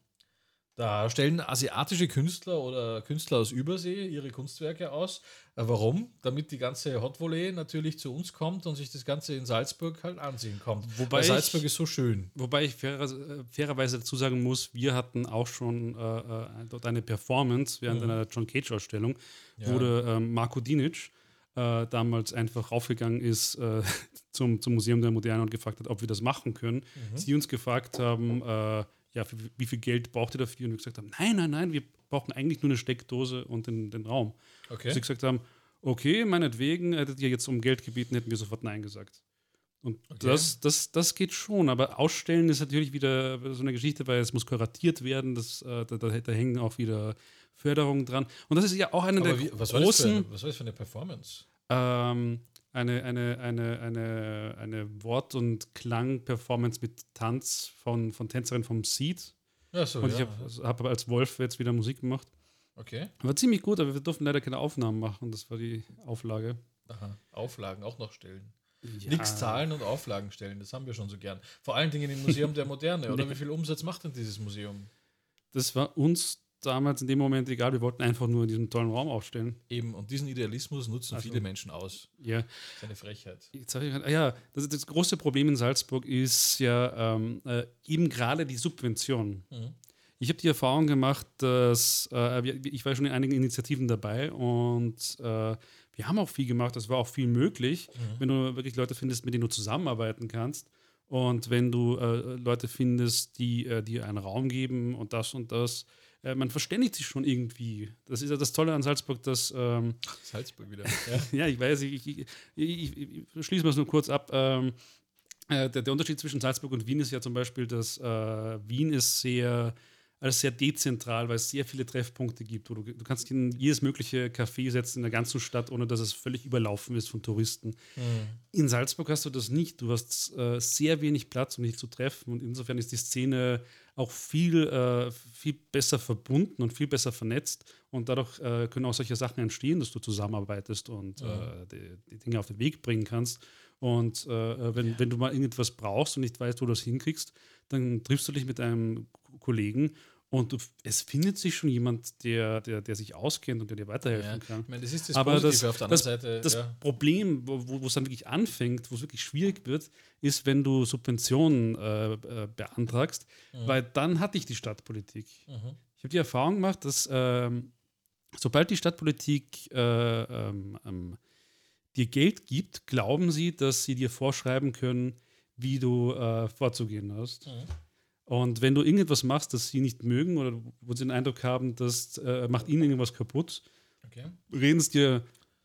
Da stellen asiatische Künstler oder Künstler aus Übersee ihre Kunstwerke aus. Warum? Damit die ganze Hot Volley natürlich zu uns kommt und sich das Ganze in Salzburg halt ansehen kommt. Wobei Weil Salzburg ich, ist so schön. Wobei ich fairer, fairerweise dazu sagen muss, wir hatten auch schon äh, dort eine Performance während mhm. einer John Cage-Ausstellung, ja. wo der äh, Marko Dinic äh, damals einfach raufgegangen ist äh, zum, zum Museum der Moderne und gefragt hat, ob wir das machen können. Mhm. Sie uns gefragt haben, äh, ja, für wie viel Geld braucht ihr dafür? Und wir gesagt haben, nein, nein, nein, wir brauchen eigentlich nur eine Steckdose und den, den Raum. Okay. Sie gesagt haben, okay, meinetwegen, hättet ihr jetzt um Geld gebeten, hätten wir sofort Nein gesagt. Und okay. das, das, das geht schon, aber Ausstellen ist natürlich wieder so eine Geschichte, weil es muss kuratiert werden, das, äh, da, da, da hängen auch wieder Förderungen dran. Und das ist ja auch eine aber der wie, was großen... War für, was war das für eine Performance? Ähm, Eine, eine, eine, eine, eine Wort- und Klang-Performance mit Tanz von, von Tänzerin vom Seed. Ja, so, und ja. ich habe hab als Wolf jetzt wieder Musik gemacht. Okay. War ziemlich gut, aber wir durften leider keine Aufnahmen machen. Das war die Auflage. Aha. Auflagen auch noch stellen. Ja. Nichts zahlen und Auflagen stellen, das haben wir schon so gern. Vor allen Dingen im Museum der Moderne. Oder wie viel Umsatz macht denn dieses Museum? Das war uns damals in dem Moment egal, wir wollten einfach nur in diesem tollen Raum aufstellen. Eben, und diesen Idealismus nutzen also, viele Menschen aus. Ja. Das ist eine Frechheit. Jetzt ich, ah ja, das, das große Problem in Salzburg ist ja ähm, äh, eben gerade die Subvention. Mhm. Ich habe die Erfahrung gemacht, dass äh, ich war schon in einigen Initiativen dabei und äh, wir haben auch viel gemacht, es war auch viel möglich, mhm. wenn du wirklich Leute findest, mit denen du zusammenarbeiten kannst. Und wenn du äh, Leute findest, die äh, dir einen Raum geben und das und das, äh, man verständigt sich schon irgendwie. Das ist ja das Tolle an Salzburg, dass ähm, Salzburg wieder. Ja, ja ich weiß, ich, ich, ich, ich, ich schließe mal es nur kurz ab. Ähm, äh, der, der Unterschied zwischen Salzburg und Wien ist ja zum Beispiel, dass äh, Wien ist sehr also sehr dezentral, weil es sehr viele Treffpunkte gibt, wo du, du kannst in jedes mögliche Café setzen in der ganzen Stadt, ohne dass es völlig überlaufen ist von Touristen. Mhm. In Salzburg hast du das nicht. Du hast äh, sehr wenig Platz, um dich zu treffen und insofern ist die Szene auch viel, äh, viel besser verbunden und viel besser vernetzt und dadurch äh, können auch solche Sachen entstehen, dass du zusammenarbeitest und mhm. äh, die, die Dinge auf den Weg bringen kannst. Und äh, wenn, ja. wenn du mal irgendetwas brauchst und nicht weißt, wo du das hinkriegst, dann triffst du dich mit einem Kollegen und du, es findet sich schon jemand, der, der, der sich auskennt und der dir weiterhelfen ja. kann. Ich meine, das ist das Aber Positive das, auf der anderen das, Seite. Das ja. Problem, wo es dann wirklich anfängt, wo es wirklich schwierig wird, ist, wenn du Subventionen äh, äh, beantragst, mhm. weil dann hatte ich die Stadtpolitik. Mhm. Ich habe die Erfahrung gemacht, dass ähm, sobald die Stadtpolitik äh, ähm, ähm, dir Geld gibt, glauben sie, dass sie dir vorschreiben können, wie du äh, vorzugehen hast. Mhm. Und wenn du irgendetwas machst, das sie nicht mögen oder wo sie den Eindruck haben, das äh, macht ihnen irgendwas kaputt, okay. reden es dir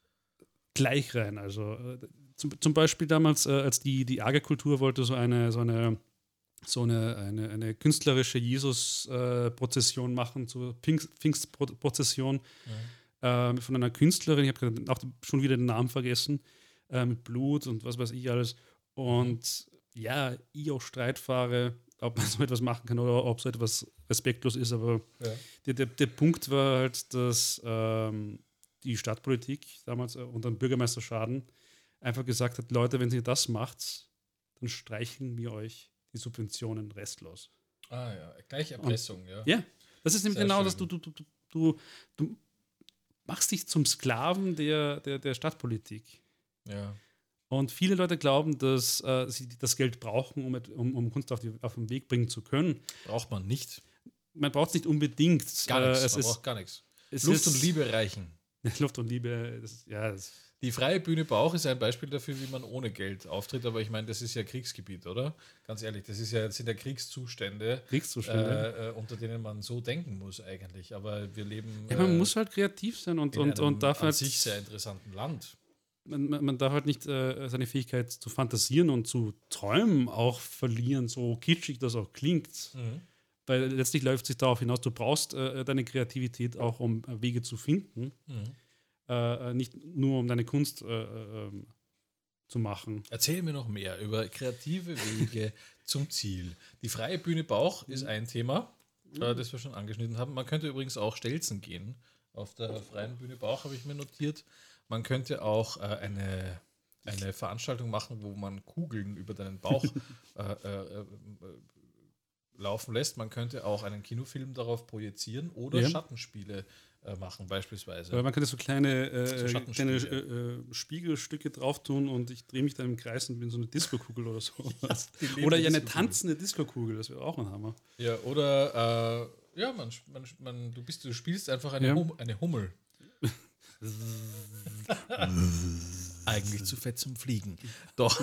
gleich rein. Also äh, zum, zum Beispiel damals, äh, als die, die Agerkultur wollte so eine, so eine, so eine, eine, eine künstlerische Jesus-Prozession äh, machen, so Pfingstprozession mhm. äh, von einer Künstlerin, ich habe auch schon wieder den Namen vergessen, äh, mit Blut und was weiß ich alles. Und ja, ich auch Streit fahre, ob man so etwas machen kann oder ob so etwas respektlos ist. Aber Ja. der, der, der Punkt war halt, dass ähm, die Stadtpolitik damals äh, unter dem Bürgermeister Schaden einfach gesagt hat, Leute, wenn ihr das macht, dann streichen wir euch die Subventionen restlos. Ah ja, gleich Erpressung, Und, ja. Ja, das ist nämlich Sehr genau schön. das, du, du, du, du, du machst dich zum Sklaven der, der, der Stadtpolitik. Ja. Und viele Leute glauben, dass äh, sie das Geld brauchen, um, et- um, um Kunst auf, die, auf den Weg bringen zu können. Braucht man nicht. Man braucht es nicht unbedingt. Gar nichts. Äh, es Man ist, braucht gar nichts. es Luft ist, und Liebe reichen. Luft und Liebe, das, ja. Das, Die Freie Bühne Bauch ist ein Beispiel dafür, wie man ohne Geld auftritt, aber ich meine, das ist ja Kriegsgebiet, oder? Ganz ehrlich, das ist ja, das sind ja Kriegszustände, Kriegszustände. äh, äh, unter denen man so denken muss eigentlich. Aber wir leben ja, man äh, muss halt kreativ sein und, in und, einem und darf an halt, sich sehr interessanten Land. man, man man darf halt nicht äh, seine Fähigkeit zu fantasieren und zu träumen auch verlieren, so kitschig das auch klingt. Mhm. Weil letztlich läuft es sich darauf hinaus, du brauchst äh, deine Kreativität auch, um äh, Wege zu finden. Mhm. Äh, nicht nur um deine Kunst äh, äh, ähm, zu machen. Erzähl mir noch mehr über kreative Wege zum Ziel. Die Freie Bühne Bauch ist ein Thema, äh, das wir schon angeschnitten haben. Man könnte übrigens auch stelzen gehen. Auf der Freien Bühne Bauch habe ich mir notiert. Man könnte auch äh, eine, eine Veranstaltung machen, wo man Kugeln über deinen Bauch äh, äh, äh, laufen lässt. Man könnte auch einen Kinofilm darauf projizieren oder Ja. Schattenspiele äh, machen beispielsweise. Weil man könnte so kleine, äh, So kleine Schattenspiele. äh, äh, Spiegelstücke drauf tun und ich drehe mich dann im Kreis und bin so eine Diskokugel oder so. Die lebende Oder ja, eine Diskokugel. tanzende Diskokugel, das wäre auch ein Hammer. Ja, oder äh, ja, man, man, man, du, bist, du spielst einfach eine, Ja. hum, eine Hummel. Eigentlich zu fett zum Fliegen. Doch.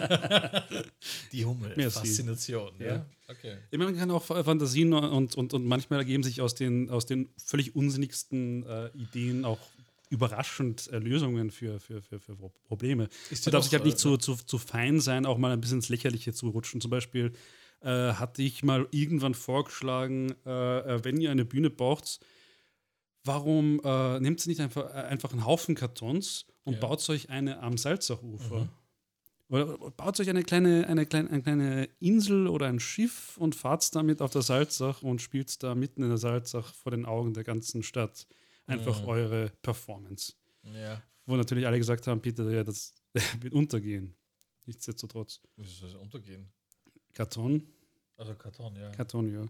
Die Hummel. Merci. Faszination. Ja. Ja. Okay. Ich meine, man kann auch Fantasien und, und, und manchmal ergeben sich aus den, aus den völlig unsinnigsten äh, Ideen auch überraschend äh, Lösungen für, für, für, für Probleme. Ist Man dir darf noch, sich halt nicht äh, zu, zu, zu fein sein, auch mal ein bisschen ins Lächerliche zu rutschen. Zum Beispiel äh, hatte ich mal irgendwann vorgeschlagen, äh, äh, wenn ihr eine Bühne braucht, warum äh, nehmt ihr nicht einfach, äh, einfach einen Haufen Kartons und Ja. baut euch eine am Salzachufer? Mhm. Oder baut euch eine kleine, eine, kleine, eine kleine Insel oder ein Schiff und fahrt damit auf der Salzach und spielt da mitten in der Salzach vor den Augen der ganzen Stadt einfach Mhm. eure Performance. Ja. Wo natürlich alle gesagt haben, Peter, ja, das wird untergehen. Nichtsdestotrotz. Wie soll das untergehen? Karton, Also Karton, ja. Karton, ja.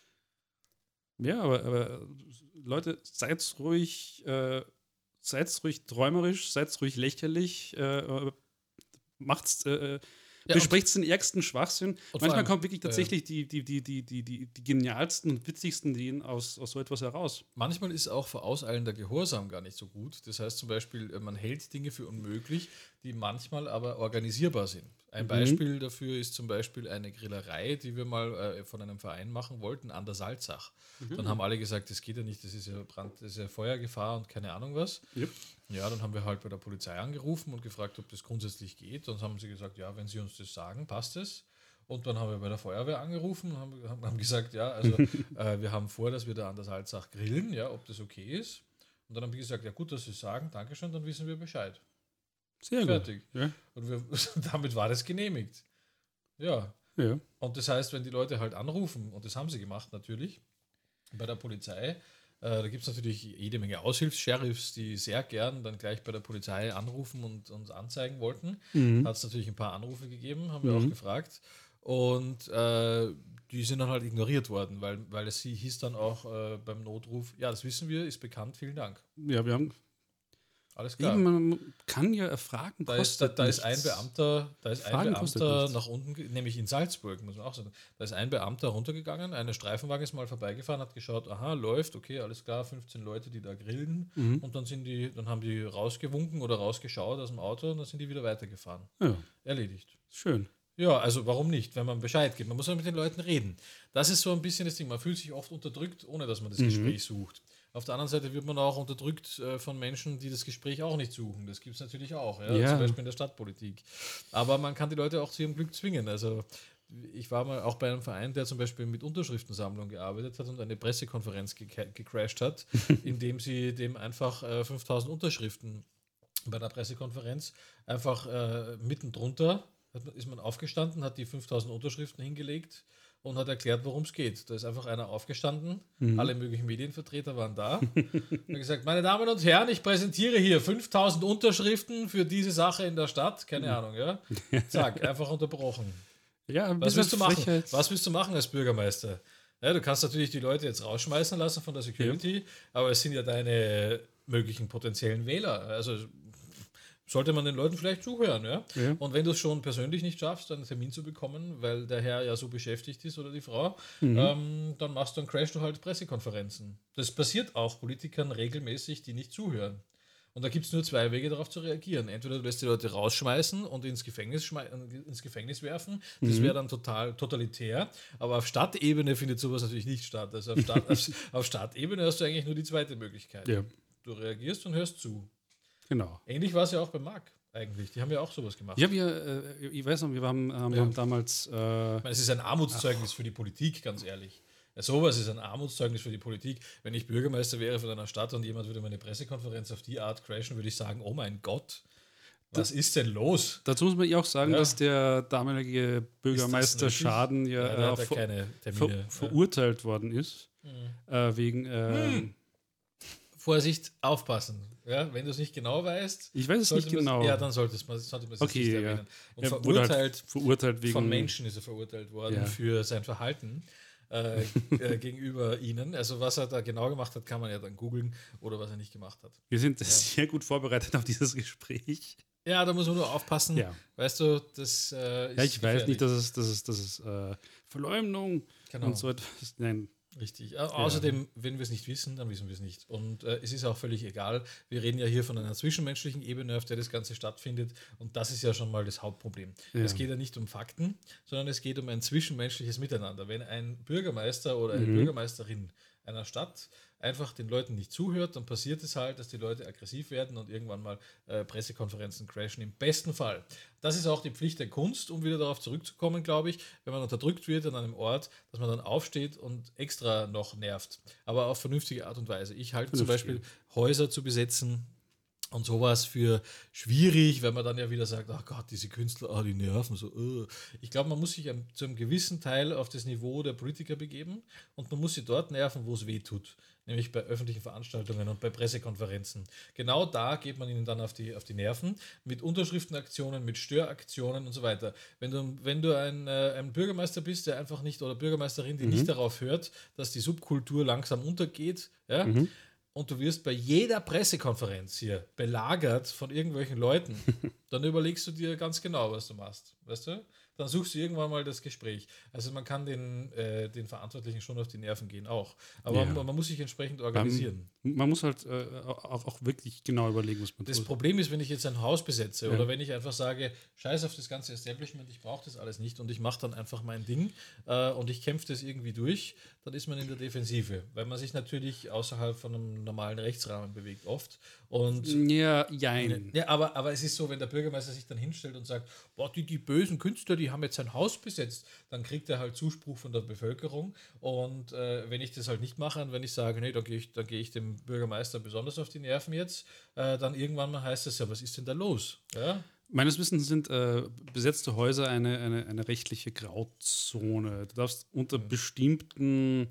Ja, aber, aber Leute, seid ruhig, äh, seid ruhig träumerisch, seid ruhig lächerlich, äh, macht's, äh, Ja, besprecht den ärgsten Schwachsinn. und vor Manchmal allem, kommt wirklich äh, tatsächlich die, die, die, die, die, die, die genialsten und witzigsten Ideen aus, aus so etwas heraus. Manchmal ist auch vorauseilender Gehorsam gar nicht so gut. Das heißt zum Beispiel, äh, man hält Dinge für unmöglich, die manchmal aber organisierbar sind. Ein Mhm. Beispiel dafür ist zum Beispiel eine Grillerei, die wir mal äh, von einem Verein machen wollten, an der Salzach. Dann haben alle gesagt, das geht ja nicht, das ist ja Brand, das ist ja Feuergefahr und keine Ahnung was. Yep. Ja, dann haben wir halt bei der Polizei angerufen und gefragt, ob das grundsätzlich geht. Dann haben sie gesagt, ja, wenn sie uns das sagen, passt es. Und dann haben wir bei der Feuerwehr angerufen und haben, haben, haben gesagt, ja, also äh, wir haben vor, dass wir da an der Salzach grillen, ja, ob das okay ist. Und dann haben die gesagt, ja gut, dass sie es sagen, Dankeschön, dann wissen wir Bescheid. Sehr Fertig. gut. Ja. Und wir, damit war das genehmigt. Ja. Ja. Und das heißt, wenn die Leute halt anrufen, und das haben sie gemacht natürlich, bei der Polizei, äh, da gibt es natürlich jede Menge Aushilfs-Sheriffs, die sehr gern dann gleich bei der Polizei anrufen und uns anzeigen wollten. Mhm. Hat es natürlich ein paar Anrufe gegeben, haben wir Mhm. auch gefragt. Und äh, die sind dann halt ignoriert worden, weil, weil es hieß dann auch äh, beim Notruf, ja, das wissen wir, ist bekannt, vielen Dank. Ja, wir haben. Alles klar. Eben, man kann ja erfragen. Da ist, da, da ist ein Beamter, da ist ein Fragen kostet Beamter nichts. nach unten, ge- nämlich in Salzburg, muss man auch sagen. Da ist ein Beamter runtergegangen, eine Streifenwagen ist mal vorbeigefahren, hat geschaut, aha, läuft, okay, alles klar, fünfzehn Leute, die da grillen. Mhm. Und dann sind die, dann haben die rausgewunken oder rausgeschaut aus dem Auto und dann sind die wieder weitergefahren. Ja, Erledigt. schön. Ja, also warum nicht, wenn man Bescheid gibt? Man muss ja mit den Leuten reden. Das ist so ein bisschen das Ding. Man fühlt sich oft unterdrückt, ohne dass man das Mhm. Gespräch sucht. Auf der anderen Seite wird man auch unterdrückt äh, von Menschen, die das Gespräch auch nicht suchen. Das gibt es natürlich auch, ja? Ja. Zum Beispiel in der Stadtpolitik. Aber man kann die Leute auch zu ihrem Glück zwingen. Also ich war mal auch bei einem Verein, der zum Beispiel mit Unterschriftensammlung gearbeitet hat und eine Pressekonferenz ge- gecrashed hat, indem sie dem einfach äh, fünftausend Unterschriften bei der Pressekonferenz einfach äh, mitten drunter hat, ist man aufgestanden, hat die fünftausend Unterschriften hingelegt und hat erklärt, worum es geht. Da ist einfach einer aufgestanden, mhm. alle möglichen Medienvertreter waren da und hat gesagt, meine Damen und Herren, ich präsentiere hier fünftausend Unterschriften für diese Sache in der Stadt. Keine mhm. Ahnung, ja. Zack, einfach unterbrochen. Ja, was willst du machen? Was willst du machen als Bürgermeister? Ja, du kannst natürlich die Leute jetzt rausschmeißen lassen von der Security, ja. aber es sind ja deine möglichen potenziellen Wähler. Also sollte man den Leuten vielleicht zuhören. Ja? Ja. Und wenn du es schon persönlich nicht schaffst, einen Termin zu bekommen, weil der Herr ja so beschäftigt ist oder die Frau, mhm. ähm, dann machst du, dann crashst du halt Pressekonferenzen. Das passiert auch Politikern regelmäßig, die nicht zuhören. Und da gibt es nur zwei Wege, darauf zu reagieren. Entweder du lässt die Leute rausschmeißen und ins Gefängnis, schmei- ins Gefängnis werfen. Das mhm. wäre dann total totalitär. Aber auf Stadtebene findet sowas natürlich nicht statt. Also auf, Stadt, auf, auf Stadtebene hast du eigentlich nur die zweite Möglichkeit. Ja. Du reagierst und hörst zu. Genau. Ähnlich war es ja auch bei Marc eigentlich. Die haben ja auch sowas gemacht. Ich, hab ja, äh, ich weiß noch, wir haben, ähm, ja. haben damals... Äh, ich meine, es ist ein Armutszeugnis ach. für die Politik, ganz ehrlich. Ja, sowas ist ein Armutszeugnis für die Politik. Wenn ich Bürgermeister wäre von einer Stadt und jemand würde meine Pressekonferenz auf die Art crashen, würde ich sagen, oh mein Gott, was das, ist denn los? Dazu muss man ja auch sagen, ja. dass der damalige Bürgermeister Schaden ja, ja äh, ver- keine ver- verurteilt ja. worden ist. Mhm. Äh, wegen... Äh, hm. Vorsicht, aufpassen. Ja, wenn du es nicht genau weißt, ich weiß es nicht genau. Ja, dann sollte man es sollte okay, nicht ja. erwähnen. Und ja, verurteilt, halt verurteilt wegen von Menschen ist er verurteilt worden ja. für sein Verhalten äh, äh, gegenüber ihnen. Also was er da genau gemacht hat, kann man ja dann googeln oder was er nicht gemacht hat. Wir sind ja. sehr gut vorbereitet auf dieses Gespräch. Ja, da muss man nur aufpassen. Ja. Weißt du, das äh, ist Ja, ich gefährlich. weiß nicht, dass es, dass es, dass es äh, Verleumdung genau. und so etwas. Nein. Richtig. Ja. Außerdem, wenn wir es nicht wissen, dann wissen wir es nicht. Und äh, es ist auch völlig egal. Wir reden ja hier von einer zwischenmenschlichen Ebene, auf der das Ganze stattfindet. Und das ist ja schon mal das Hauptproblem. Ja. Es geht ja nicht um Fakten, sondern es geht um ein zwischenmenschliches Miteinander. Wenn ein Bürgermeister oder eine mhm. Bürgermeisterin einer Stadt einfach den Leuten nicht zuhört, dann passiert es halt, dass die Leute aggressiv werden und irgendwann mal äh, Pressekonferenzen crashen, im besten Fall. Das ist auch die Pflicht der Kunst, um wieder darauf zurückzukommen, glaube ich, wenn man unterdrückt wird an einem Ort, dass man dann aufsteht und extra noch nervt. Aber auf vernünftige Art und Weise. Ich halte zum Beispiel Häuser zu besetzen und sowas für schwierig, weil man dann ja wieder sagt, ach Gott, diese Künstler, oh, die nerven so. Uh. Ich glaube, man muss sich am, zu einem gewissen Teil auf das Niveau der Politiker begeben und man muss sie dort nerven, wo es weh tut. Nämlich bei öffentlichen Veranstaltungen und bei Pressekonferenzen. Genau da geht man ihnen dann auf die, auf die Nerven, mit Unterschriftenaktionen, mit Störaktionen und so weiter. Wenn du, wenn du ein, äh, ein Bürgermeister bist, der einfach nicht, oder Bürgermeisterin, die mhm. nicht darauf hört, dass die Subkultur langsam untergeht, ja, mhm. und du wirst bei jeder Pressekonferenz hier belagert von irgendwelchen Leuten, dann überlegst du dir ganz genau, was du machst. Weißt du? Dann suchst du irgendwann mal das Gespräch. Also man kann den, äh, den Verantwortlichen schon auf die Nerven gehen auch. Aber ja. man, man muss sich entsprechend organisieren. Man, man muss halt äh, auch, auch wirklich genau überlegen, was man das tut. Das Problem ist, wenn ich jetzt ein Haus besetze ja. oder wenn ich einfach sage, scheiß auf das ganze Establishment, ich brauche das alles nicht und ich mache dann einfach mein Ding äh, und ich kämpfe das irgendwie durch, dann ist man in der Defensive, weil man sich natürlich außerhalb von einem normalen Rechtsrahmen bewegt oft. Und ja, jein. Ja, aber, aber es ist so, wenn der Bürgermeister sich dann hinstellt und sagt, boah, die, die bösen Künstler, die haben jetzt sein Haus besetzt, dann kriegt er halt Zuspruch von der Bevölkerung. Und äh, wenn ich das halt nicht mache und wenn ich sage, nee, dann gehe ich, dann gehe ich dem Bürgermeister besonders auf die Nerven jetzt, äh, dann irgendwann mal heißt es ja, was ist denn da los? Ja? Meines Wissens sind äh, besetzte Häuser eine, eine, eine rechtliche Grauzone. Du darfst unter mhm. bestimmten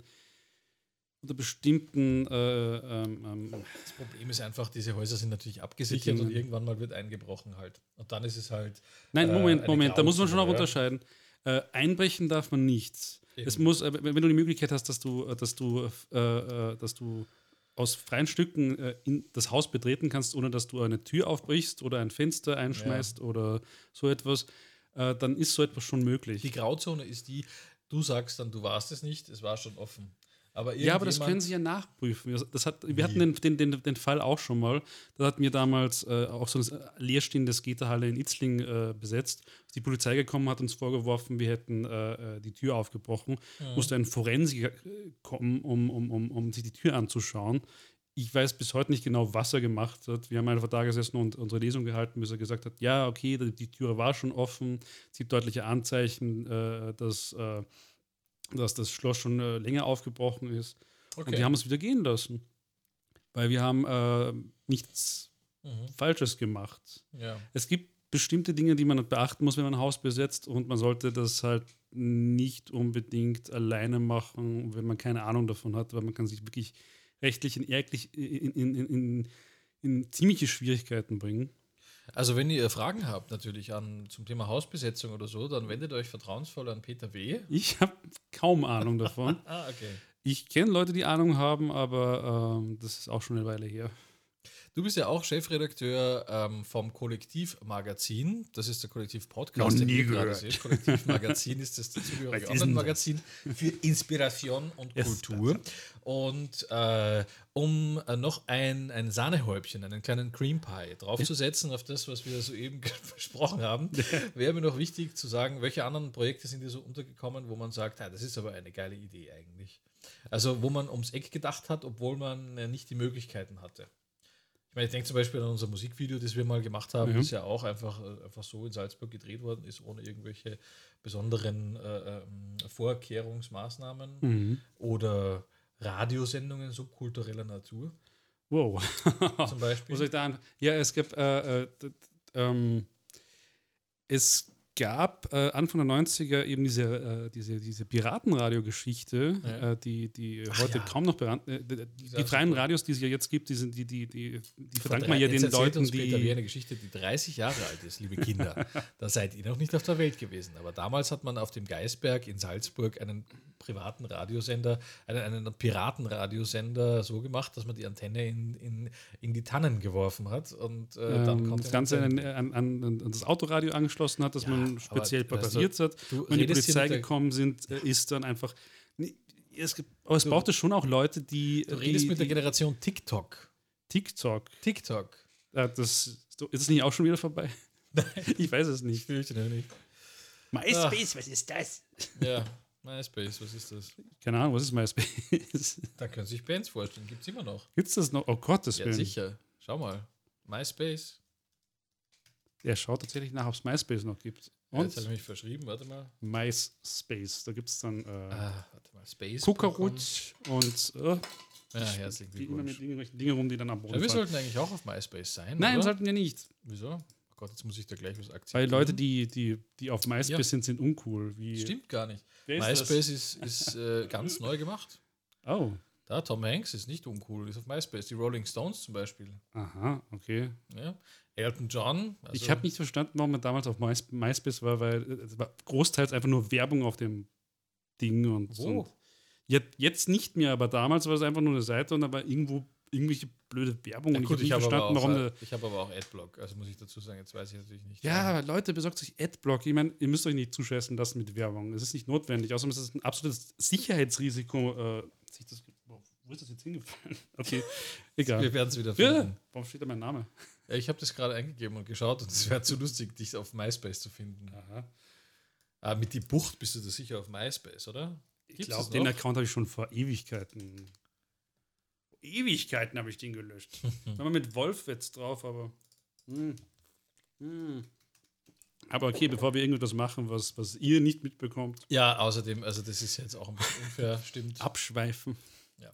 unter bestimmten äh, ähm, das Problem ist einfach, diese Häuser sind natürlich abgesichert und irgendwann mal wird eingebrochen halt. Und dann ist es halt Nein, Moment, äh, Moment, da muss man schon auch ja. unterscheiden. Äh, einbrechen darf man nicht. Eben. Es muss, äh, wenn du die Möglichkeit hast, dass du, dass du, äh, dass du aus freien Stücken äh, in das Haus betreten kannst, ohne dass du eine Tür aufbrichst oder ein Fenster einschmeißt ja. oder so etwas, äh, dann ist so etwas schon möglich. Die Grauzone ist die, du sagst dann, du warst es nicht, es war schon offen. Aber ja, aber das können sie ja nachprüfen. Das hat, wir hatten den, den, den, den Fall auch schon mal. Da hatten wir damals äh, auch so eine leerstehende Skaterhalle in Itzling äh, besetzt. Die Polizei gekommen hat uns vorgeworfen, wir hätten äh, die Tür aufgebrochen. Mhm. Musste ein Forensiker kommen, um, um, um, um sich die Tür anzuschauen. Ich weiß bis heute nicht genau, was er gemacht hat. Wir haben einfach da gesessen und unsere Lesung gehalten, bis er gesagt hat, ja, okay, die, die Tür war schon offen. Es gibt deutliche Anzeichen, äh, dass äh, dass das Schloss schon äh, länger aufgebrochen ist. Okay. Und die haben es wieder gehen lassen. Weil wir haben äh, nichts mhm. Falsches gemacht. Ja. Es gibt bestimmte Dinge, die man beachten muss, wenn man ein Haus besetzt, und man sollte das halt nicht unbedingt alleine machen, wenn man keine Ahnung davon hat, weil man kann sich wirklich rechtlich in, in, in, in, in, in ziemliche Schwierigkeiten bringen. Also wenn ihr Fragen habt natürlich an, zum Thema Hausbesetzung oder so, dann wendet euch vertrauensvoll an Peter W. Ich habe kaum Ahnung davon. Ah, okay. Ich kenne Leute, die Ahnung haben, aber ähm, das ist auch schon eine Weile her. Du bist ja auch Chefredakteur ähm, vom Kollektivmagazin. Das ist der Kollektiv-Podcast. Noch nie gehört. Kollektivmagazin ist das dazugehörige Online-Magazin für Inspiration und yes, Kultur. Und äh, um äh, noch ein, ein Sahnehäubchen, einen kleinen Cream Pie draufzusetzen auf das, was wir soeben besprochen haben, wäre mir noch wichtig zu sagen, welche anderen Projekte sind dir so untergekommen, wo man sagt, ah, das ist aber eine geile Idee eigentlich. Also wo man ums Eck gedacht hat, obwohl man äh, nicht die Möglichkeiten hatte. Ich meine, ich denke zum Beispiel an unser Musikvideo, das wir mal gemacht haben, mhm. das ja auch einfach, einfach so in Salzburg gedreht worden ist, ohne irgendwelche besonderen äh, Vorkehrungsmaßnahmen mhm. oder Radiosendungen subkultureller Natur. Wow. Zum Beispiel. Was soll ich da an? Ja, es gibt äh, äh, ähm, es gab äh, Anfang der neunziger eben diese, äh, diese, diese Piratenradio-Geschichte, ja. äh, die, die heute ja. kaum noch bekannt äh, Die, die freien Radios, die es ja jetzt gibt, die, sind, die, die, die, die verdankt man ja den Leuten, uns die... Peter wie eine Geschichte, die dreißig Jahre alt ist, liebe Kinder. Da seid ihr noch nicht auf der Welt gewesen. Aber damals hat man auf dem Geisberg in Salzburg einen privaten Radiosender, einen, einen Piratenradiosender so gemacht, dass man die Antenne in, in, in die Tannen geworfen hat. Und äh, ähm, dann konnte das Ganze an, an, an das Autoradio angeschlossen hat, dass ja, man speziell präpariert hat. Wenn die Polizei gekommen sind, ist dann einfach... Es gibt, aber es du, braucht schon auch Leute, die... Du redest die, mit der Generation TikTok. TikTok? TikTok. Ja, das, ist es nicht auch schon wieder vorbei? Nein. Ich weiß es nicht. Ich fürchte noch nicht. MySpace, Ach. Was ist das? Ja, MySpace, was ist das? Keine Ahnung, was ist MySpace? Da können sich Bands vorstellen. Gibt es immer noch. Gibt es das noch? Oh Gott, das Ja, sicher. Schau mal. MySpace. Er schaut tatsächlich nach, ob es MySpace noch gibt. Und? Ja, jetzt habe ich mich verschrieben, warte mal. MySpace, da gibt es dann äh, ah, warte mal, Space. Kukarut und äh, ja, herzlichen Glückwunsch. Mit irgendwelchen Dinge rum, die dann am Boden ja, wir sollten eigentlich auch auf MySpace sein, Nein, oder? sollten wir nicht. Wieso? Oh Gott, jetzt muss ich da gleich was akzeptieren. Weil Leute, die, die, die auf MySpace ja. sind, sind uncool. Wie Stimmt gar nicht. Wer MySpace ist, ist, ist äh, ganz neu gemacht. Oh. Da, Tom Hanks ist nicht uncool, ist auf MySpace. Die Rolling Stones zum Beispiel. Aha, okay. Ja. Elton John. Also ich habe nicht verstanden, warum man damals auf MySpace war, weil es war großteils einfach nur Werbung auf dem Ding. Und, Wo? und jetzt, jetzt nicht mehr, aber damals war es einfach nur eine Seite und da war irgendwo irgendwelche blöde Werbung. Ja, und gut, ich habe nicht verstanden, auch, warum der. Ich habe aber auch Adblock, also muss ich dazu sagen, jetzt weiß ich natürlich nicht. Ja, aber Leute, besorgt sich Adblock. Ich meine, ihr müsst euch nicht zuscheißen lassen mit Werbung. Es ist nicht notwendig. Außerdem ist es ein absolutes Sicherheitsrisiko. Äh, sich das, wo ist das jetzt hingefallen? Okay, egal. Wir werden es wieder finden. Ja, warum steht da mein Name? Ja, ich habe das gerade eingegeben und geschaut und es wäre zu lustig, dich auf MySpace zu finden. Aha. Ah, mit die Bucht bist du da sicher auf MySpace, oder? Gibt's ich glaube, den Account habe ich schon vor Ewigkeiten. Ewigkeiten habe ich den gelöscht. Wenn man mit Wolf jetzt drauf, aber. Hm, hm. Aber okay, bevor wir irgendwas machen, was, was ihr nicht mitbekommt. Ja, außerdem, also das ist jetzt auch ein bisschen unfair, stimmt. Abschweifen. Ja.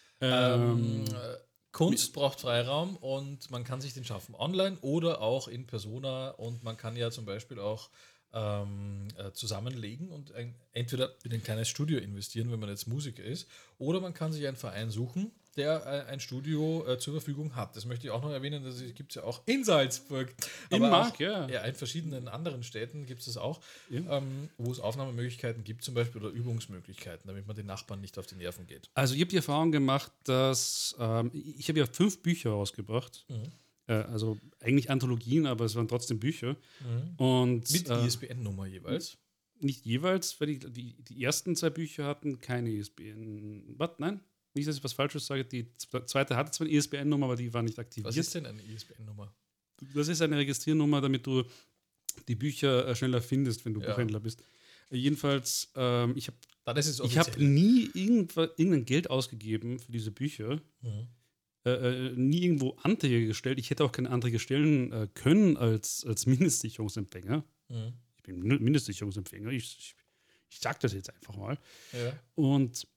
Ähm, ähm, Kunst braucht Freiraum und man kann sich den schaffen online oder auch in Persona und man kann ja zum Beispiel auch ähm, äh, zusammenlegen und ein, entweder in ein kleines Studio investieren, wenn man jetzt Musiker ist, oder man kann sich einen Verein suchen, der äh, ein Studio äh, zur Verfügung hat. Das möchte ich auch noch erwähnen, das gibt es ja auch in Salzburg. In aber Mark, auch, ja. ja. In verschiedenen anderen Städten gibt es das auch, ja. ähm, wo es Aufnahmemöglichkeiten gibt zum Beispiel oder Übungsmöglichkeiten, damit man den Nachbarn nicht auf die Nerven geht. Also ich habe die Erfahrung gemacht, dass ähm, ich habe ja fünf Bücher rausgebracht. Mhm. Äh, also eigentlich Anthologien, aber es waren trotzdem Bücher. Mhm. Und, mit äh, I S B N-Nummer jeweils? Nicht jeweils, weil die, die, die ersten zwei Bücher hatten keine I S B N. Was? Nein? Nicht, dass ich was Falsches sage. Die zweite hatte zwar eine I S B N-Nummer, aber die war nicht aktiviert. Was ist denn eine I S B N-Nummer? Das ist eine Registriernummer, damit du die Bücher schneller findest, wenn du ja. Buchhändler bist. Jedenfalls, ähm, ich habe ich hab nie irgendein Geld ausgegeben für diese Bücher. Mhm. Äh, nie irgendwo Anträge gestellt. Ich hätte auch keine Anträge stellen äh, können als, als Mindestsicherungsempfänger. Mhm. Ich bin Mindestsicherungsempfänger. Ich, ich, ich sage das jetzt einfach mal. Ja. Und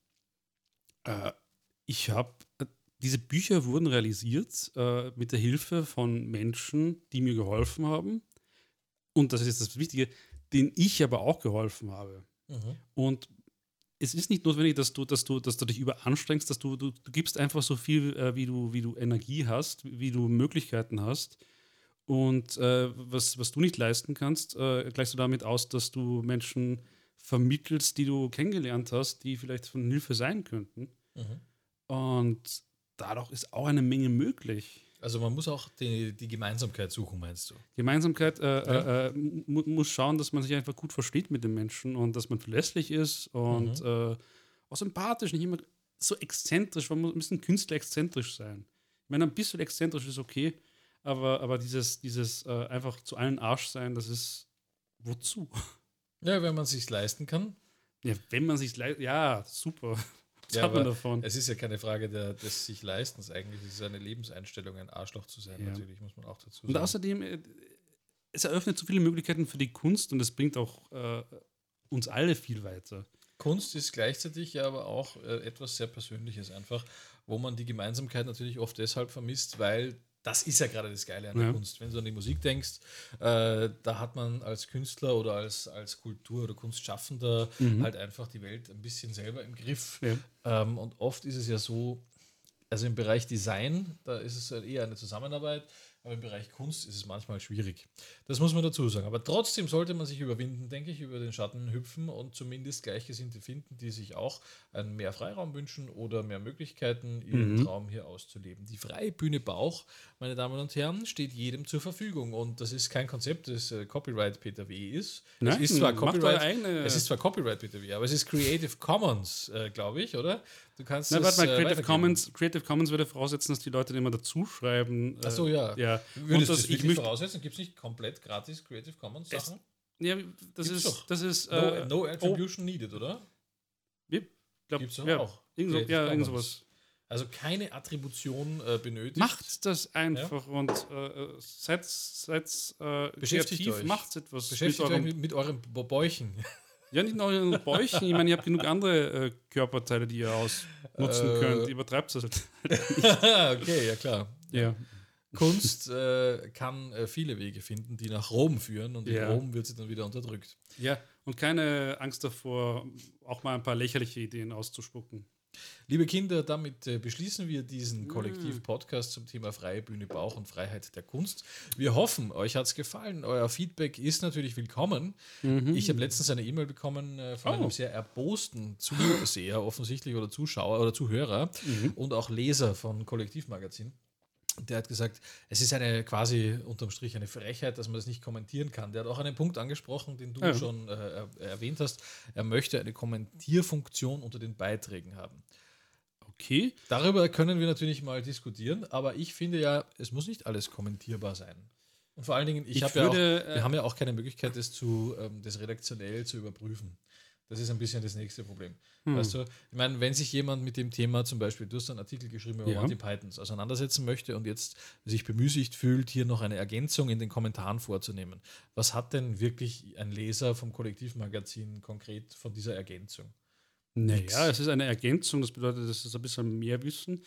äh, ich habe, äh, diese Bücher wurden realisiert äh, mit der Hilfe von Menschen, die mir geholfen haben. und das ist jetzt das Wichtige, den ich aber auch geholfen habe. Mhm. Und es ist nicht notwendig, dass du, dass du, dass du dich überanstrengst, dass du, du, du gibst einfach so viel, äh, wie, du, wie du Energie hast, wie du Möglichkeiten hast. Und äh, was, was du nicht leisten kannst, äh, gleichst du damit aus, dass du Menschen vermittelst, die du kennengelernt hast, die vielleicht von Hilfe sein könnten. Mhm. Und dadurch ist auch eine Menge möglich. Also man muss auch die, die Gemeinsamkeit suchen, meinst du? Gemeinsamkeit äh, Ja. äh, äh, mu muss schauen, dass man sich einfach gut versteht mit den Menschen und dass man verlässlich ist und Mhm. äh, auch sympathisch, nicht immer so exzentrisch, man muss ein bisschen Künstler exzentrisch sein. Ich meine, ein bisschen exzentrisch ist okay, aber, aber dieses, dieses äh, einfach zu allen Arsch sein, das ist wozu? Ja, wenn man es sich leisten kann. Ja, wenn man sich leistet, ja, super. Was Ja, hat man aber davon? es ist ja keine Frage der, des sich Leistens eigentlich. Es ist eine Lebenseinstellung, ein Arschloch zu sein, Ja. natürlich, muss man auch dazu Und sagen. außerdem, äh, es eröffnet so viele Möglichkeiten für die Kunst und es bringt auch äh, uns alle viel weiter. Kunst ist gleichzeitig ja aber auch äh, etwas sehr Persönliches einfach, wo man die Gemeinsamkeit natürlich oft deshalb vermisst, weil das ist ja gerade das Geile an der Ja. Kunst. Wenn du an die Musik denkst, äh, da hat man als Künstler oder als, als Kultur- oder Kunstschaffender Mhm. halt einfach die Welt ein bisschen selber im Griff. Ja. Ähm, und oft ist es ja so, also im Bereich Design, da ist es halt eher eine Zusammenarbeit, aber im Bereich Kunst ist es manchmal schwierig. Das muss man dazu sagen. Aber trotzdem sollte man sich überwinden, denke ich, über den Schatten hüpfen und zumindest Gleichgesinnte finden, die sich auch einen mehr Freiraum wünschen oder mehr Möglichkeiten, ihren Mhm. Traum hier auszuleben. Die freie Bühne Bauch, meine Damen und Herren, steht jedem zur Verfügung. Und das ist kein Konzept, das äh, Copyright Peter W. ist. Nein, es ist zwar macht Copyright, eure eigene- es ist zwar Copyright Peter W., aber es ist Creative Commons, äh, glaube ich, oder? Du kannst Na, es, warte mal, äh, Creative weitergeben. Commons, Creative Commons würde voraussetzen, dass die Leute immer dazu schreiben. Ach so, ja. ja. Würdest Und du das, das ich wirklich möchte, voraussetzen? Gibt es nicht komplett gratis Creative Commons Es- Sachen? ja, das Gibt's ist, doch. das ist, No, äh, no Attribution needed, oder? oh, ich glaub, Gibt's doch ja, auch. Irgend so, Creative ja, irgend Commons. sowas. Also keine Attribution äh, benötigt. Macht das einfach und äh, seid, seid äh, Beschäftigt kreativ, euch. macht etwas. Beschäftigt mit euch eurem, mit, mit euren Bo- Bäuchen. ja, nicht nur euren Bäuchen. Ich meine, ihr habt genug andere äh, Körperteile, die ihr ausnutzen Äh. könnt. Übertreibt es halt. Okay, ja klar. Ja. Kunst äh, kann äh, viele Wege finden, die nach Rom führen und Ja. in Rom wird sie dann wieder unterdrückt. ja, und keine Angst davor, auch mal ein paar lächerliche Ideen auszuspucken. Liebe Kinder, damit äh, beschließen wir diesen Kollektiv-Podcast zum Thema Freie Bühne Bauch und Freiheit der Kunst. Wir hoffen, euch hat es gefallen. Euer Feedback ist natürlich willkommen. Ich habe letztens eine E-Mail bekommen äh, von Oh. einem sehr erbosten Zuseher offensichtlich oder Zuschauer oder Zuhörer und auch Leser von Kollektivmagazin. Der hat gesagt, es ist eine quasi unterm Strich eine Frechheit, dass man das nicht kommentieren kann. Der hat auch einen Punkt angesprochen, den du Ja. schon äh, er- erwähnt hast. Er möchte eine Kommentierfunktion unter den Beiträgen haben. Okay. Darüber können wir natürlich mal diskutieren, aber ich finde ja, es muss nicht alles kommentierbar sein. Und vor allen Dingen, ich, Ich habe ja auch, würde, wir äh, haben ja auch keine Möglichkeit, das, zu, ähm, das redaktionell zu überprüfen. Das ist ein bisschen das nächste Problem. Hm. Weißt du, ich meine, wenn sich jemand mit dem Thema zum Beispiel, du hast einen Artikel geschrieben über Ja. Monty Pythons, auseinandersetzen möchte und jetzt sich bemüßigt fühlt, hier noch eine Ergänzung in den Kommentaren vorzunehmen. Was hat denn wirklich ein Leser vom Kollektivmagazin konkret von dieser Ergänzung? Nix. Naja, es ist eine Ergänzung, das bedeutet, es ist ein bisschen mehr Wissen.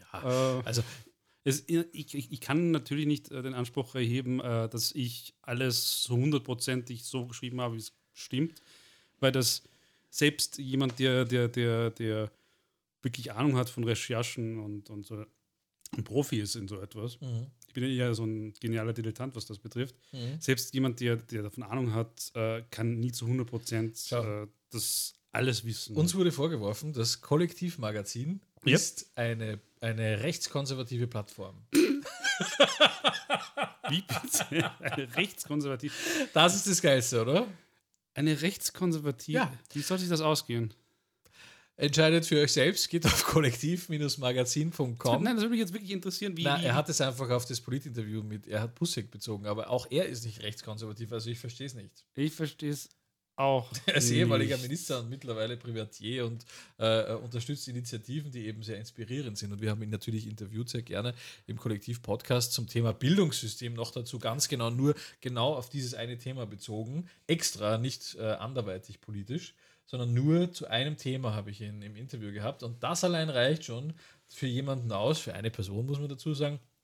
Ja, Äh, also es, ich, ich, ich kann natürlich nicht äh, den Anspruch erheben, äh, dass ich alles so hundertprozentig so geschrieben habe, wie es stimmt, weil das selbst jemand, der, der, der, der wirklich Ahnung hat von Recherchen und, und so ein Profi ist in so etwas. mhm. Ich bin ja eher so ein genialer Dilettant, was das betrifft. Mhm. Selbst jemand, der, der davon Ahnung hat, äh, kann nie zu hundert Prozent Schau. äh, das alles wissen. Uns wurde vorgeworfen, das Kollektivmagazin Yep. ist eine, eine rechtskonservative Plattform. Wie bitte? Eine rechtskonservative. Das ist das Geilste, oder? Eine rechtskonservative. Ja. Wie soll sich das ausgehen? Entscheidet für euch selbst, geht auf kollektiv magazin punkt com. Nein, das würde mich jetzt wirklich interessieren, wie. Na, wie er hat es einfach auf das Politinterview mit Erhard Bussek bezogen, aber auch er ist nicht rechtskonservativ, also ich verstehe es nicht. ich verstehe es auch. Er ist ehemaliger nicht. Minister und mittlerweile Privatier und äh, unterstützt Initiativen, die eben sehr inspirierend sind. Und wir haben ihn natürlich interviewt, sehr gerne im Kollektiv-Podcast zum Thema Bildungssystem noch dazu, ganz genau, nur genau auf dieses eine Thema bezogen, extra, nicht äh, anderweitig politisch, sondern nur zu einem Thema habe ich ihn im Interview gehabt. Und das allein reicht schon für jemanden aus, für eine Person, muss man dazu sagen,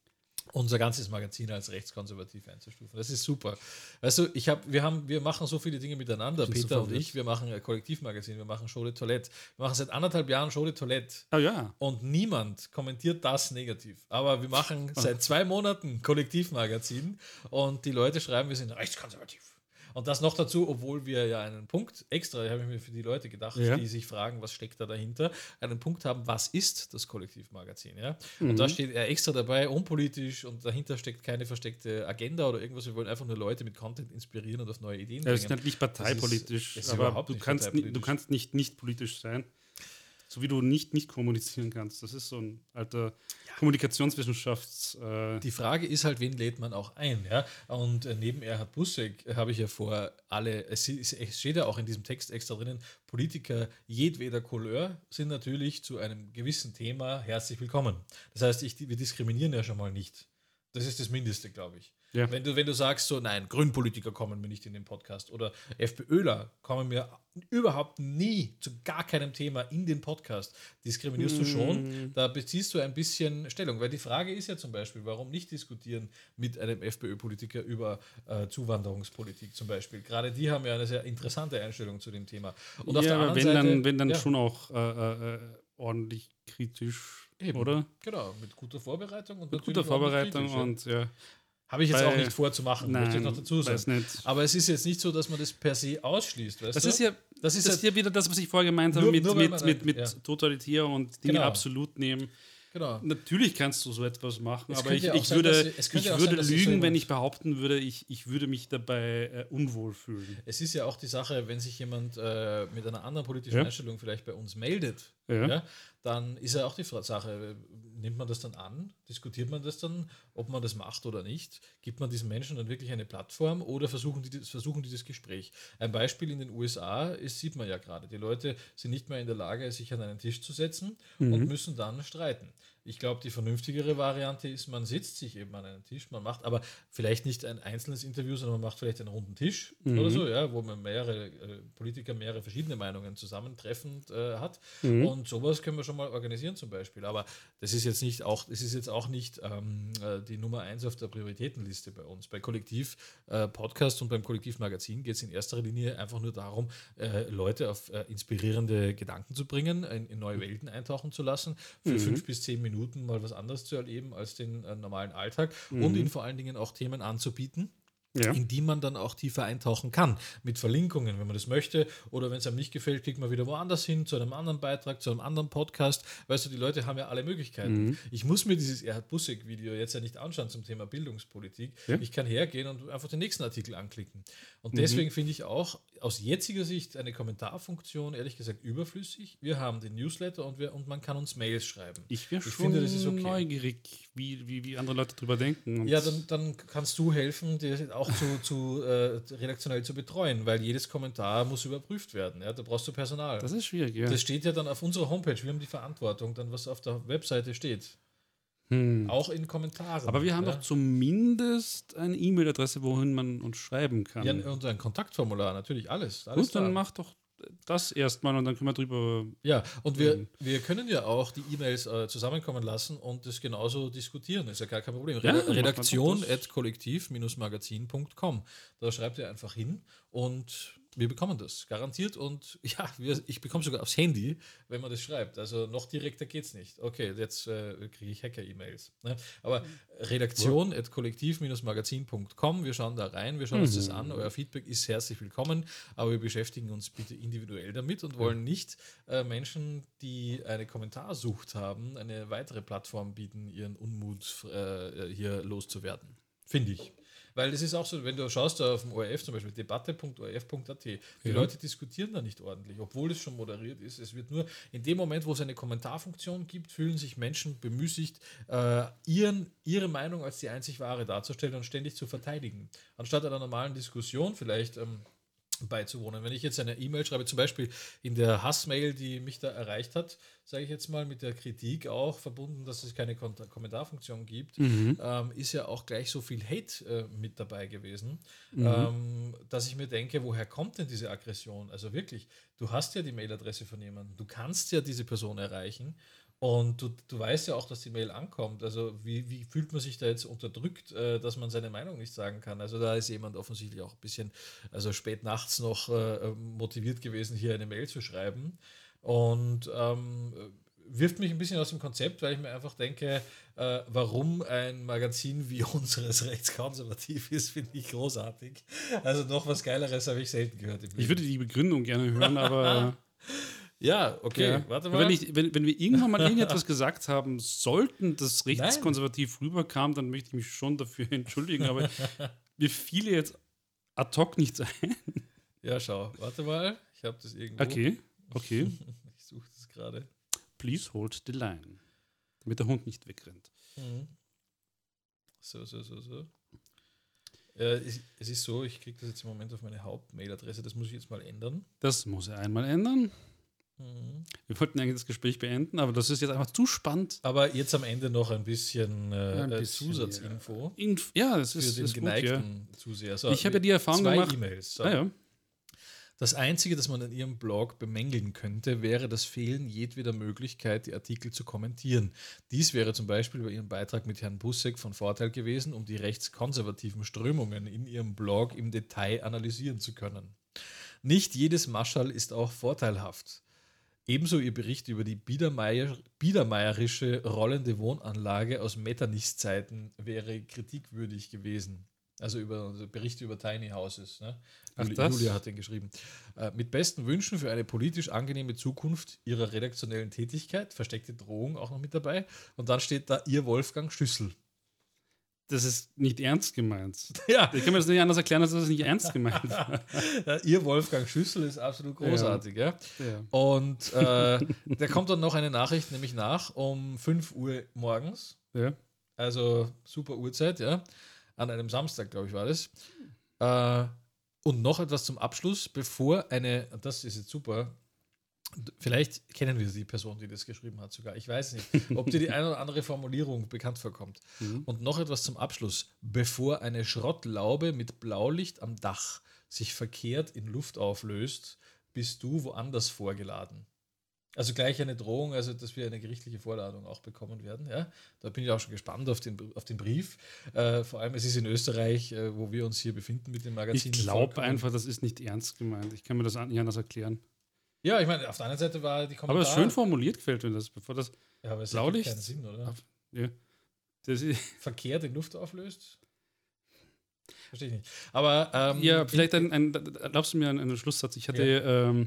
unser ganzes Magazin als rechtskonservativ einzustufen. Das ist super. Weißt du, ich hab, wir, haben, wir machen so viele Dinge miteinander, Peter und ich. Wir machen ein Kollektivmagazin, wir machen Show de Toilette. Wir machen seit anderthalb Jahren Show de Toilette. Oh ja. Und niemand kommentiert das negativ. Aber wir machen seit zwei Monaten Kollektivmagazin und die Leute schreiben, wir sind rechtskonservativ. Und das noch dazu, obwohl wir ja einen Punkt extra, habe ich mir für die Leute gedacht, ja. die sich fragen, was steckt da dahinter, einen Punkt haben, was ist das Kollektivmagazin? Ja? Mhm. Und da steht er extra dabei, unpolitisch und dahinter steckt keine versteckte Agenda oder irgendwas. Wir wollen einfach nur Leute mit Content inspirieren und auf neue Ideen bringen. Ja, es ist halt nicht parteipolitisch, ist, ist aber du, nicht kannst parteipolitisch. Nicht, du kannst nicht nicht politisch sein. So wie du nicht nicht kommunizieren kannst. Das ist so ein alter ja. Kommunikationswissenschafts... Äh Die Frage ist halt, wen lädt man auch ein? Ja? Und äh, neben Erhard Bussek habe ich ja vor alle, es, es steht ja auch in diesem Text extra drinnen, Politiker jedweder Couleur sind natürlich zu einem gewissen Thema herzlich willkommen. Das heißt, ich, wir diskriminieren ja schon mal nicht. Das ist das Mindeste, glaube ich. Ja. Wenn du, wenn du sagst, so, nein, Grünpolitiker kommen mir nicht in den Podcast oder FPÖler kommen mir überhaupt nie zu gar keinem Thema in den Podcast, diskriminierst mm. du schon, da beziehst du ein bisschen Stellung. Weil die Frage ist ja zum Beispiel, warum nicht diskutieren mit einem FPÖ-Politiker über äh, Zuwanderungspolitik zum Beispiel. Gerade die haben ja eine sehr interessante Einstellung zu dem Thema. Und ja, auf der aber anderen wenn Seite, dann, wenn dann ja. schon auch äh, äh, ordentlich kritisch, Eben. Oder? Genau, mit guter Vorbereitung. Und mit guter Vorbereitung kritisch, und ja. Habe ich jetzt Weil, auch nicht vorzumachen, nein, möchte ich noch dazu sagen. Nicht. Aber es ist jetzt nicht so, dass man das per se ausschließt. Weißt das, du? Ist ja, das ist das ja wieder das, was ich vorher gemeint habe, nur, mit, nur mit, man, mit, mit ja. totalitär und Dinge genau. absolut nehmen. Genau. Natürlich kannst du so etwas machen, es aber ich, ja ich sein, würde, sie, ich würde sein, lügen, wenn ich behaupten würde, ich, ich würde mich dabei äh, unwohl fühlen. Es ist ja auch die Sache, wenn sich jemand äh, mit einer anderen politischen ja. Einstellung vielleicht bei uns meldet, ja. Ja, dann ist ja auch die Sache, nimmt man das dann an, diskutiert man das dann, ob man das macht oder nicht, gibt man diesen Menschen dann wirklich eine Plattform oder versuchen die, versuchen die das Gespräch. Ein Beispiel in den U S A ist, sieht man ja gerade, die Leute sind nicht mehr in der Lage, sich an einen Tisch zu setzen mhm. und müssen dann streiten. Ich glaube, die vernünftigere Variante ist, man sitzt sich eben an einen Tisch, man macht aber vielleicht nicht ein einzelnes Interview, sondern man macht vielleicht einen runden Tisch mhm. oder so, ja, wo man mehrere äh, Politiker, mehrere verschiedene Meinungen zusammentreffend äh, hat. Mhm. Und sowas können wir schon mal organisieren zum Beispiel. Aber das ist jetzt nicht auch, das ist jetzt auch nicht ähm, die Nummer eins auf der Prioritätenliste bei uns. Bei Kollektiv äh, Podcast und beim Kollektivmagazin geht es in erster Linie einfach nur darum, äh, Leute auf äh, inspirierende Gedanken zu bringen, in, in neue Welten eintauchen zu lassen, für mhm. fünf bis zehn Minuten Minuten mal was anderes zu erleben als den äh, normalen Alltag mhm. und ihnen vor allen Dingen auch Themen anzubieten, ja. in die man dann auch tiefer eintauchen kann. Mit Verlinkungen, wenn man das möchte. Oder wenn es einem nicht gefällt, klickt man wieder woanders hin, zu einem anderen Beitrag, zu einem anderen Podcast. Weißt du, die Leute haben ja alle Möglichkeiten. Mhm. Ich muss mir dieses Erhard Bussek-Video jetzt ja nicht anschauen zum Thema Bildungspolitik. Ja. Ich kann hergehen und einfach den nächsten Artikel anklicken. Und deswegen mhm. finde ich auch aus jetziger Sicht eine Kommentarfunktion ehrlich gesagt überflüssig. Wir haben den Newsletter und, wir, und man kann uns Mails schreiben. Ich wäre schon finde, das ist okay. neugierig, wie, wie, wie andere Leute darüber denken. Und ja, dann, dann kannst du helfen, dir auch zu, zu äh, redaktionell zu betreuen, weil jedes Kommentar muss überprüft werden. Ja? Da brauchst du Personal. Das ist schwierig, ja. Das steht ja dann auf unserer Homepage. Wir haben die Verantwortung, dann was auf der Webseite steht. Hm. Auch in Kommentaren. Aber wir haben ja? doch zumindest eine E-Mail-Adresse, wohin man uns schreiben kann. Ja, und ein Kontaktformular, natürlich alles. alles Gut, dann mach doch das erstmal und dann können wir drüber. Ja, und wir, wir können ja auch die E-Mails äh, zusammenkommen lassen und das genauso diskutieren. Ist ja gar kein Problem. Ja, Redaktion at kollektiv magazin punkt com. Da schreibt ihr einfach hin und wir bekommen das, garantiert. Und ja, wir, ich bekomme sogar aufs Handy, wenn man das schreibt. Also noch direkter geht es nicht. Okay, jetzt äh, kriege ich Hacker-E-Mails. Ne? Aber redaktion at kollektiv magazin punkt com, wir schauen da rein, wir schauen mhm. uns das an. Euer Feedback ist herzlich willkommen, aber wir beschäftigen uns bitte individuell damit und wollen nicht äh, Menschen, die eine Kommentarsucht haben, eine weitere Plattform bieten, ihren Unmut äh, hier loszuwerden. Finde ich. Weil es ist auch so, wenn du schaust da auf dem O R F zum Beispiel, debatte punkt o r f punkt a t, die ja. Leute diskutieren da nicht ordentlich, obwohl es schon moderiert ist. Es wird nur in dem Moment, wo es eine Kommentarfunktion gibt, fühlen sich Menschen bemüßigt, äh, ihren, ihre Meinung als die einzig wahre darzustellen und ständig zu verteidigen. Anstatt einer normalen Diskussion vielleicht ähm, beizuwohnen. Wenn ich jetzt eine E-Mail schreibe, zum Beispiel in der Hassmail, die mich da erreicht hat, sage ich jetzt mal, mit der Kritik auch verbunden, dass es keine Kont- Kommentarfunktion gibt, mhm. ähm, ist ja auch gleich so viel Hate äh, mit dabei gewesen, mhm. ähm, dass ich mir denke, woher kommt denn diese Aggression? Also wirklich, du hast ja die Mailadresse von jemandem, du kannst ja diese Person erreichen Und du, du weißt ja auch, dass die Mail ankommt. Also wie, wie fühlt man sich da jetzt unterdrückt, äh, dass man seine Meinung nicht sagen kann? Also da ist jemand offensichtlich auch ein bisschen, also spät nachts noch äh, motiviert gewesen, hier eine Mail zu schreiben. Und ähm, wirft mich ein bisschen aus dem Konzept, weil ich mir einfach denke, äh, warum ein Magazin wie unseres rechtskonservativ ist, finde ich großartig. Also noch was Geileres habe ich selten gehört. Im Leben. Ich würde die Begründung gerne hören, aber... Ja, okay, ja. warte mal. Wenn, ich, wenn, wenn wir irgendwann mal irgendetwas gesagt haben sollten, das rechtskonservativ Nein. rüberkam, dann möchte ich mich schon dafür entschuldigen, aber mir fiel jetzt ad hoc nichts ein. Ja, schau, warte mal, ich habe das irgendwo. Okay, okay. Ich suche das gerade. Please hold the line, damit der Hund nicht wegrennt. Mhm. So, so, so, so. Äh, es, es ist so, ich kriege das jetzt im Moment auf meine Hauptmailadresse, das muss ich jetzt mal ändern. Das muss er einmal ändern. Mhm. Wir wollten eigentlich das Gespräch beenden, aber das ist jetzt einfach zu spannend. Aber jetzt am Ende noch ein bisschen, äh, ein bisschen Zusatzinfo. Ja, Inf- ja das für ist, den ist geneigten gut, ja. Zuseher. So, ich habe ja die Erfahrung zwei gemacht. E-Mails. So. Ah, ja. Das Einzige, das man in Ihrem Blog bemängeln könnte, wäre das Fehlen jedweder Möglichkeit, die Artikel zu kommentieren. Dies wäre zum Beispiel bei Ihrem Beitrag mit Herrn Busseck von Vorteil gewesen, um die rechtskonservativen Strömungen in Ihrem Blog im Detail analysieren zu können. Nicht jedes Maschall ist auch vorteilhaft. Ebenso Ihr Bericht über die Biedermeier, biedermeierische rollende Wohnanlage aus Metternich-Zeiten wäre kritikwürdig gewesen. Also über also Berichte über Tiny Houses. Ne? Ach, Juli, das? Julia hat den geschrieben. Äh, mit besten Wünschen für eine politisch angenehme Zukunft Ihrer redaktionellen Tätigkeit, versteckte Drohung auch noch mit dabei. Und dann steht da Ihr Wolfgang Schüssel. Das ist nicht ernst gemeint. Ja. Ich kann mir das nicht anders erklären, als dass es nicht ernst gemeint war. Ja, Ihr Wolfgang Schüssel ist absolut großartig. Ja. Ja. Und äh, da kommt dann noch eine Nachricht, nämlich nach um fünf Uhr morgens. Ja. Also super Uhrzeit, ja. An einem Samstag, glaube ich, war das. Äh, und noch etwas zum Abschluss, bevor eine, das ist jetzt super, vielleicht kennen wir die Person, die das geschrieben hat sogar, ich weiß nicht, ob dir die eine oder andere Formulierung bekannt vorkommt. Mhm. Und noch etwas zum Abschluss, bevor eine Schrottlaube mit Blaulicht am Dach sich verkehrt in Luft auflöst, bist du woanders vorgeladen. Also gleich eine Drohung, also dass wir eine gerichtliche Vorladung auch bekommen werden. Ja? Da bin ich auch schon gespannt auf den, auf den Brief. Äh, vor allem, es ist in Österreich, äh, wo wir uns hier befinden mit dem Magazin. Ich glaube einfach, das ist nicht ernst gemeint. Ich kann mir das nicht anders erklären. Ja, ich meine, auf der anderen Seite war die Kommentare... Aber es ist schön formuliert, gefällt mir das. Bevor das ja, aber es Blaulicht keinen Sinn, oder? Auf, ja. das ist verkehrt in Luft auflöst? Verstehe ich nicht. Aber... Ähm, ja, vielleicht ein, ein, erlaubst du mir einen, einen Schlusssatz? Ich hatte... Ja. Ähm,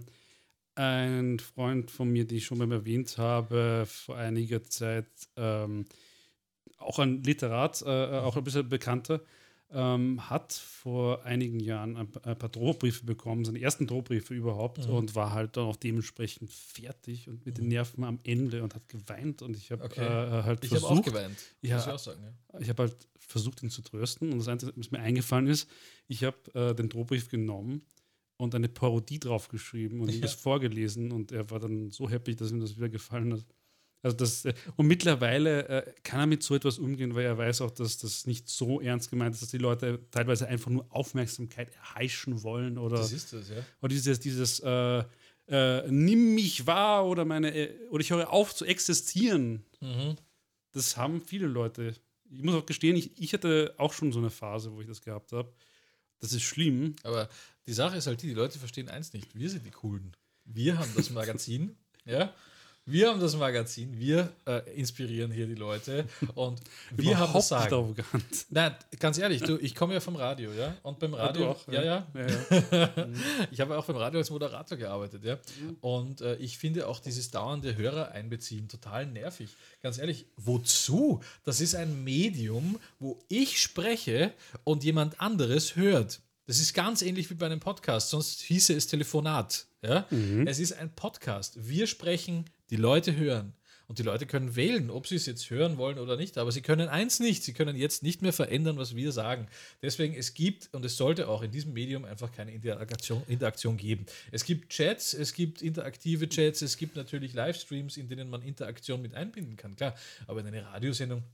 ein Freund von mir, den ich schon mal erwähnt habe, vor einiger Zeit, ähm, auch ein Literat, äh, auch ein bisschen bekannter, ähm, hat vor einigen Jahren ein, ein paar Drohbriefe bekommen, seine ersten Drohbriefe überhaupt, mhm. und war halt dann auch dementsprechend fertig und mit mhm. den Nerven am Ende und hat geweint. Und ich habe okay. äh, halt ich versucht... Ich habe auch geweint, ja, muss ich auch sagen. Ja. Ich habe halt versucht, ihn zu trösten. Und das Einzige, was mir eingefallen ist, ich habe äh, den Drohbrief genommen und eine Parodie draufgeschrieben und ihm ja. das vorgelesen, und er war dann so happy, dass ihm das wieder gefallen hat. Also das, äh, und mittlerweile äh, kann er mit so etwas umgehen, weil er weiß auch, dass das nicht so ernst gemeint ist, dass die Leute teilweise einfach nur Aufmerksamkeit erheischen wollen oder, das ist das, ja. oder dieses, dieses äh, äh, nimm mich wahr oder meine äh, oder ich höre auf zu existieren. Mhm. Das haben viele Leute. Ich muss auch gestehen, ich, ich hatte auch schon so eine Phase, wo ich das gehabt habe. Das ist schlimm. Aber die Sache ist halt die, die Leute verstehen eins nicht. Wir sind die Coolen. Wir haben das Magazin, ja. Wir haben das Magazin, wir äh, inspirieren hier die Leute und wir Überhaupt haben das Sagen. Nicht arrogant. Nein, ganz ehrlich, du, ich komme ja vom Radio, ja, und beim Radio, ja, auch, ja, ja, ja. ja, ja. Ich habe auch beim Radio als Moderator gearbeitet, ja, und äh, ich finde auch dieses dauernde Hörer einbeziehen total nervig. Ganz ehrlich, wozu? Das ist ein Medium, wo ich spreche und jemand anderes hört. Das ist ganz ähnlich wie bei einem Podcast, sonst hieße es Telefonat. Ja? Mhm. Es ist ein Podcast. Wir sprechen, die Leute hören. Und die Leute können wählen, ob sie es jetzt hören wollen oder nicht. Aber sie können eins nicht. Sie können jetzt nicht mehr verändern, was wir sagen. Deswegen, es gibt, und es sollte auch in diesem Medium einfach keine Interaktion, Interaktion geben. Es gibt Chats, es gibt interaktive Chats, es gibt natürlich Livestreams, in denen man Interaktion mit einbinden kann. Klar, aber in eine Radiosendung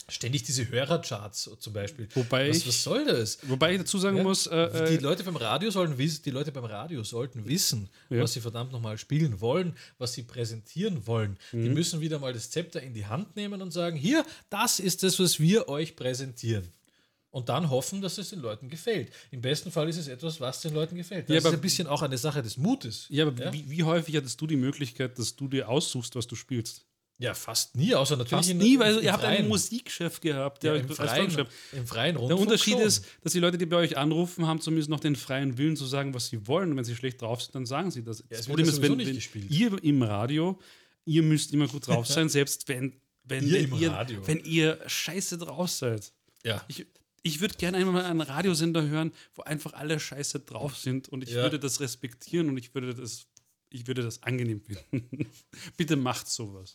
Ständig diese Hörercharts zum Beispiel. Wobei was, ich, was soll das? Wobei ich dazu sagen ja? muss, äh, die Leute beim Radio sollen wissen, die Leute beim Radio sollten wissen, ja. was sie verdammt nochmal spielen wollen, was sie präsentieren wollen. Mhm. Die müssen wieder mal das Zepter in die Hand nehmen und sagen, hier, das ist das, was wir euch präsentieren. Und dann hoffen, dass es den Leuten gefällt. Im besten Fall ist es etwas, was den Leuten gefällt. Das ja, ist ein bisschen auch eine Sache des Mutes. Ja, aber ja? Wie, wie häufig hattest du die Möglichkeit, dass du dir aussuchst, was du spielst? Ja, fast nie, außer natürlich fast in, nie, weil in, ihr habt einen Musikchef gehabt, der ja, im, freien, im freien Rundfunk. Der Unterschied schon. ist, dass die Leute, die bei euch anrufen, haben zumindest noch den freien Willen zu sagen, was sie wollen. Und wenn sie schlecht drauf sind, dann sagen sie das. Ja, das Problem ist, wenn, wenn ihr im Radio, ihr müsst immer gut drauf sein, selbst wenn, wenn, ihr, wenn, ihr, wenn ihr scheiße drauf seid. Ja. Ich, ich würde gerne einmal einen Radiosender hören, wo einfach alle scheiße drauf sind und ich ja. würde das respektieren und ich würde das, ich würde das angenehm finden. Bitte macht sowas.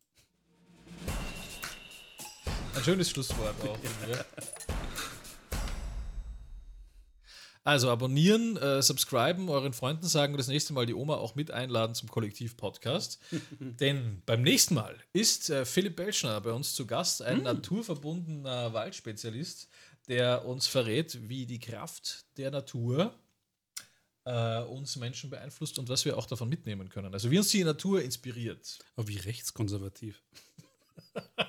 Ein schönes Schlusswort auch. Ja. Also abonnieren, äh, subscriben, euren Freunden sagen und das nächste Mal die Oma auch mit einladen zum Kollektiv-Podcast. Denn beim nächsten Mal ist äh, Philipp Belschner bei uns zu Gast, ein mm. naturverbundener Waldspezialist, der uns verrät, wie die Kraft der Natur äh, uns Menschen beeinflusst und was wir auch davon mitnehmen können. Also wie uns die Natur inspiriert. Aber wie rechtskonservativ.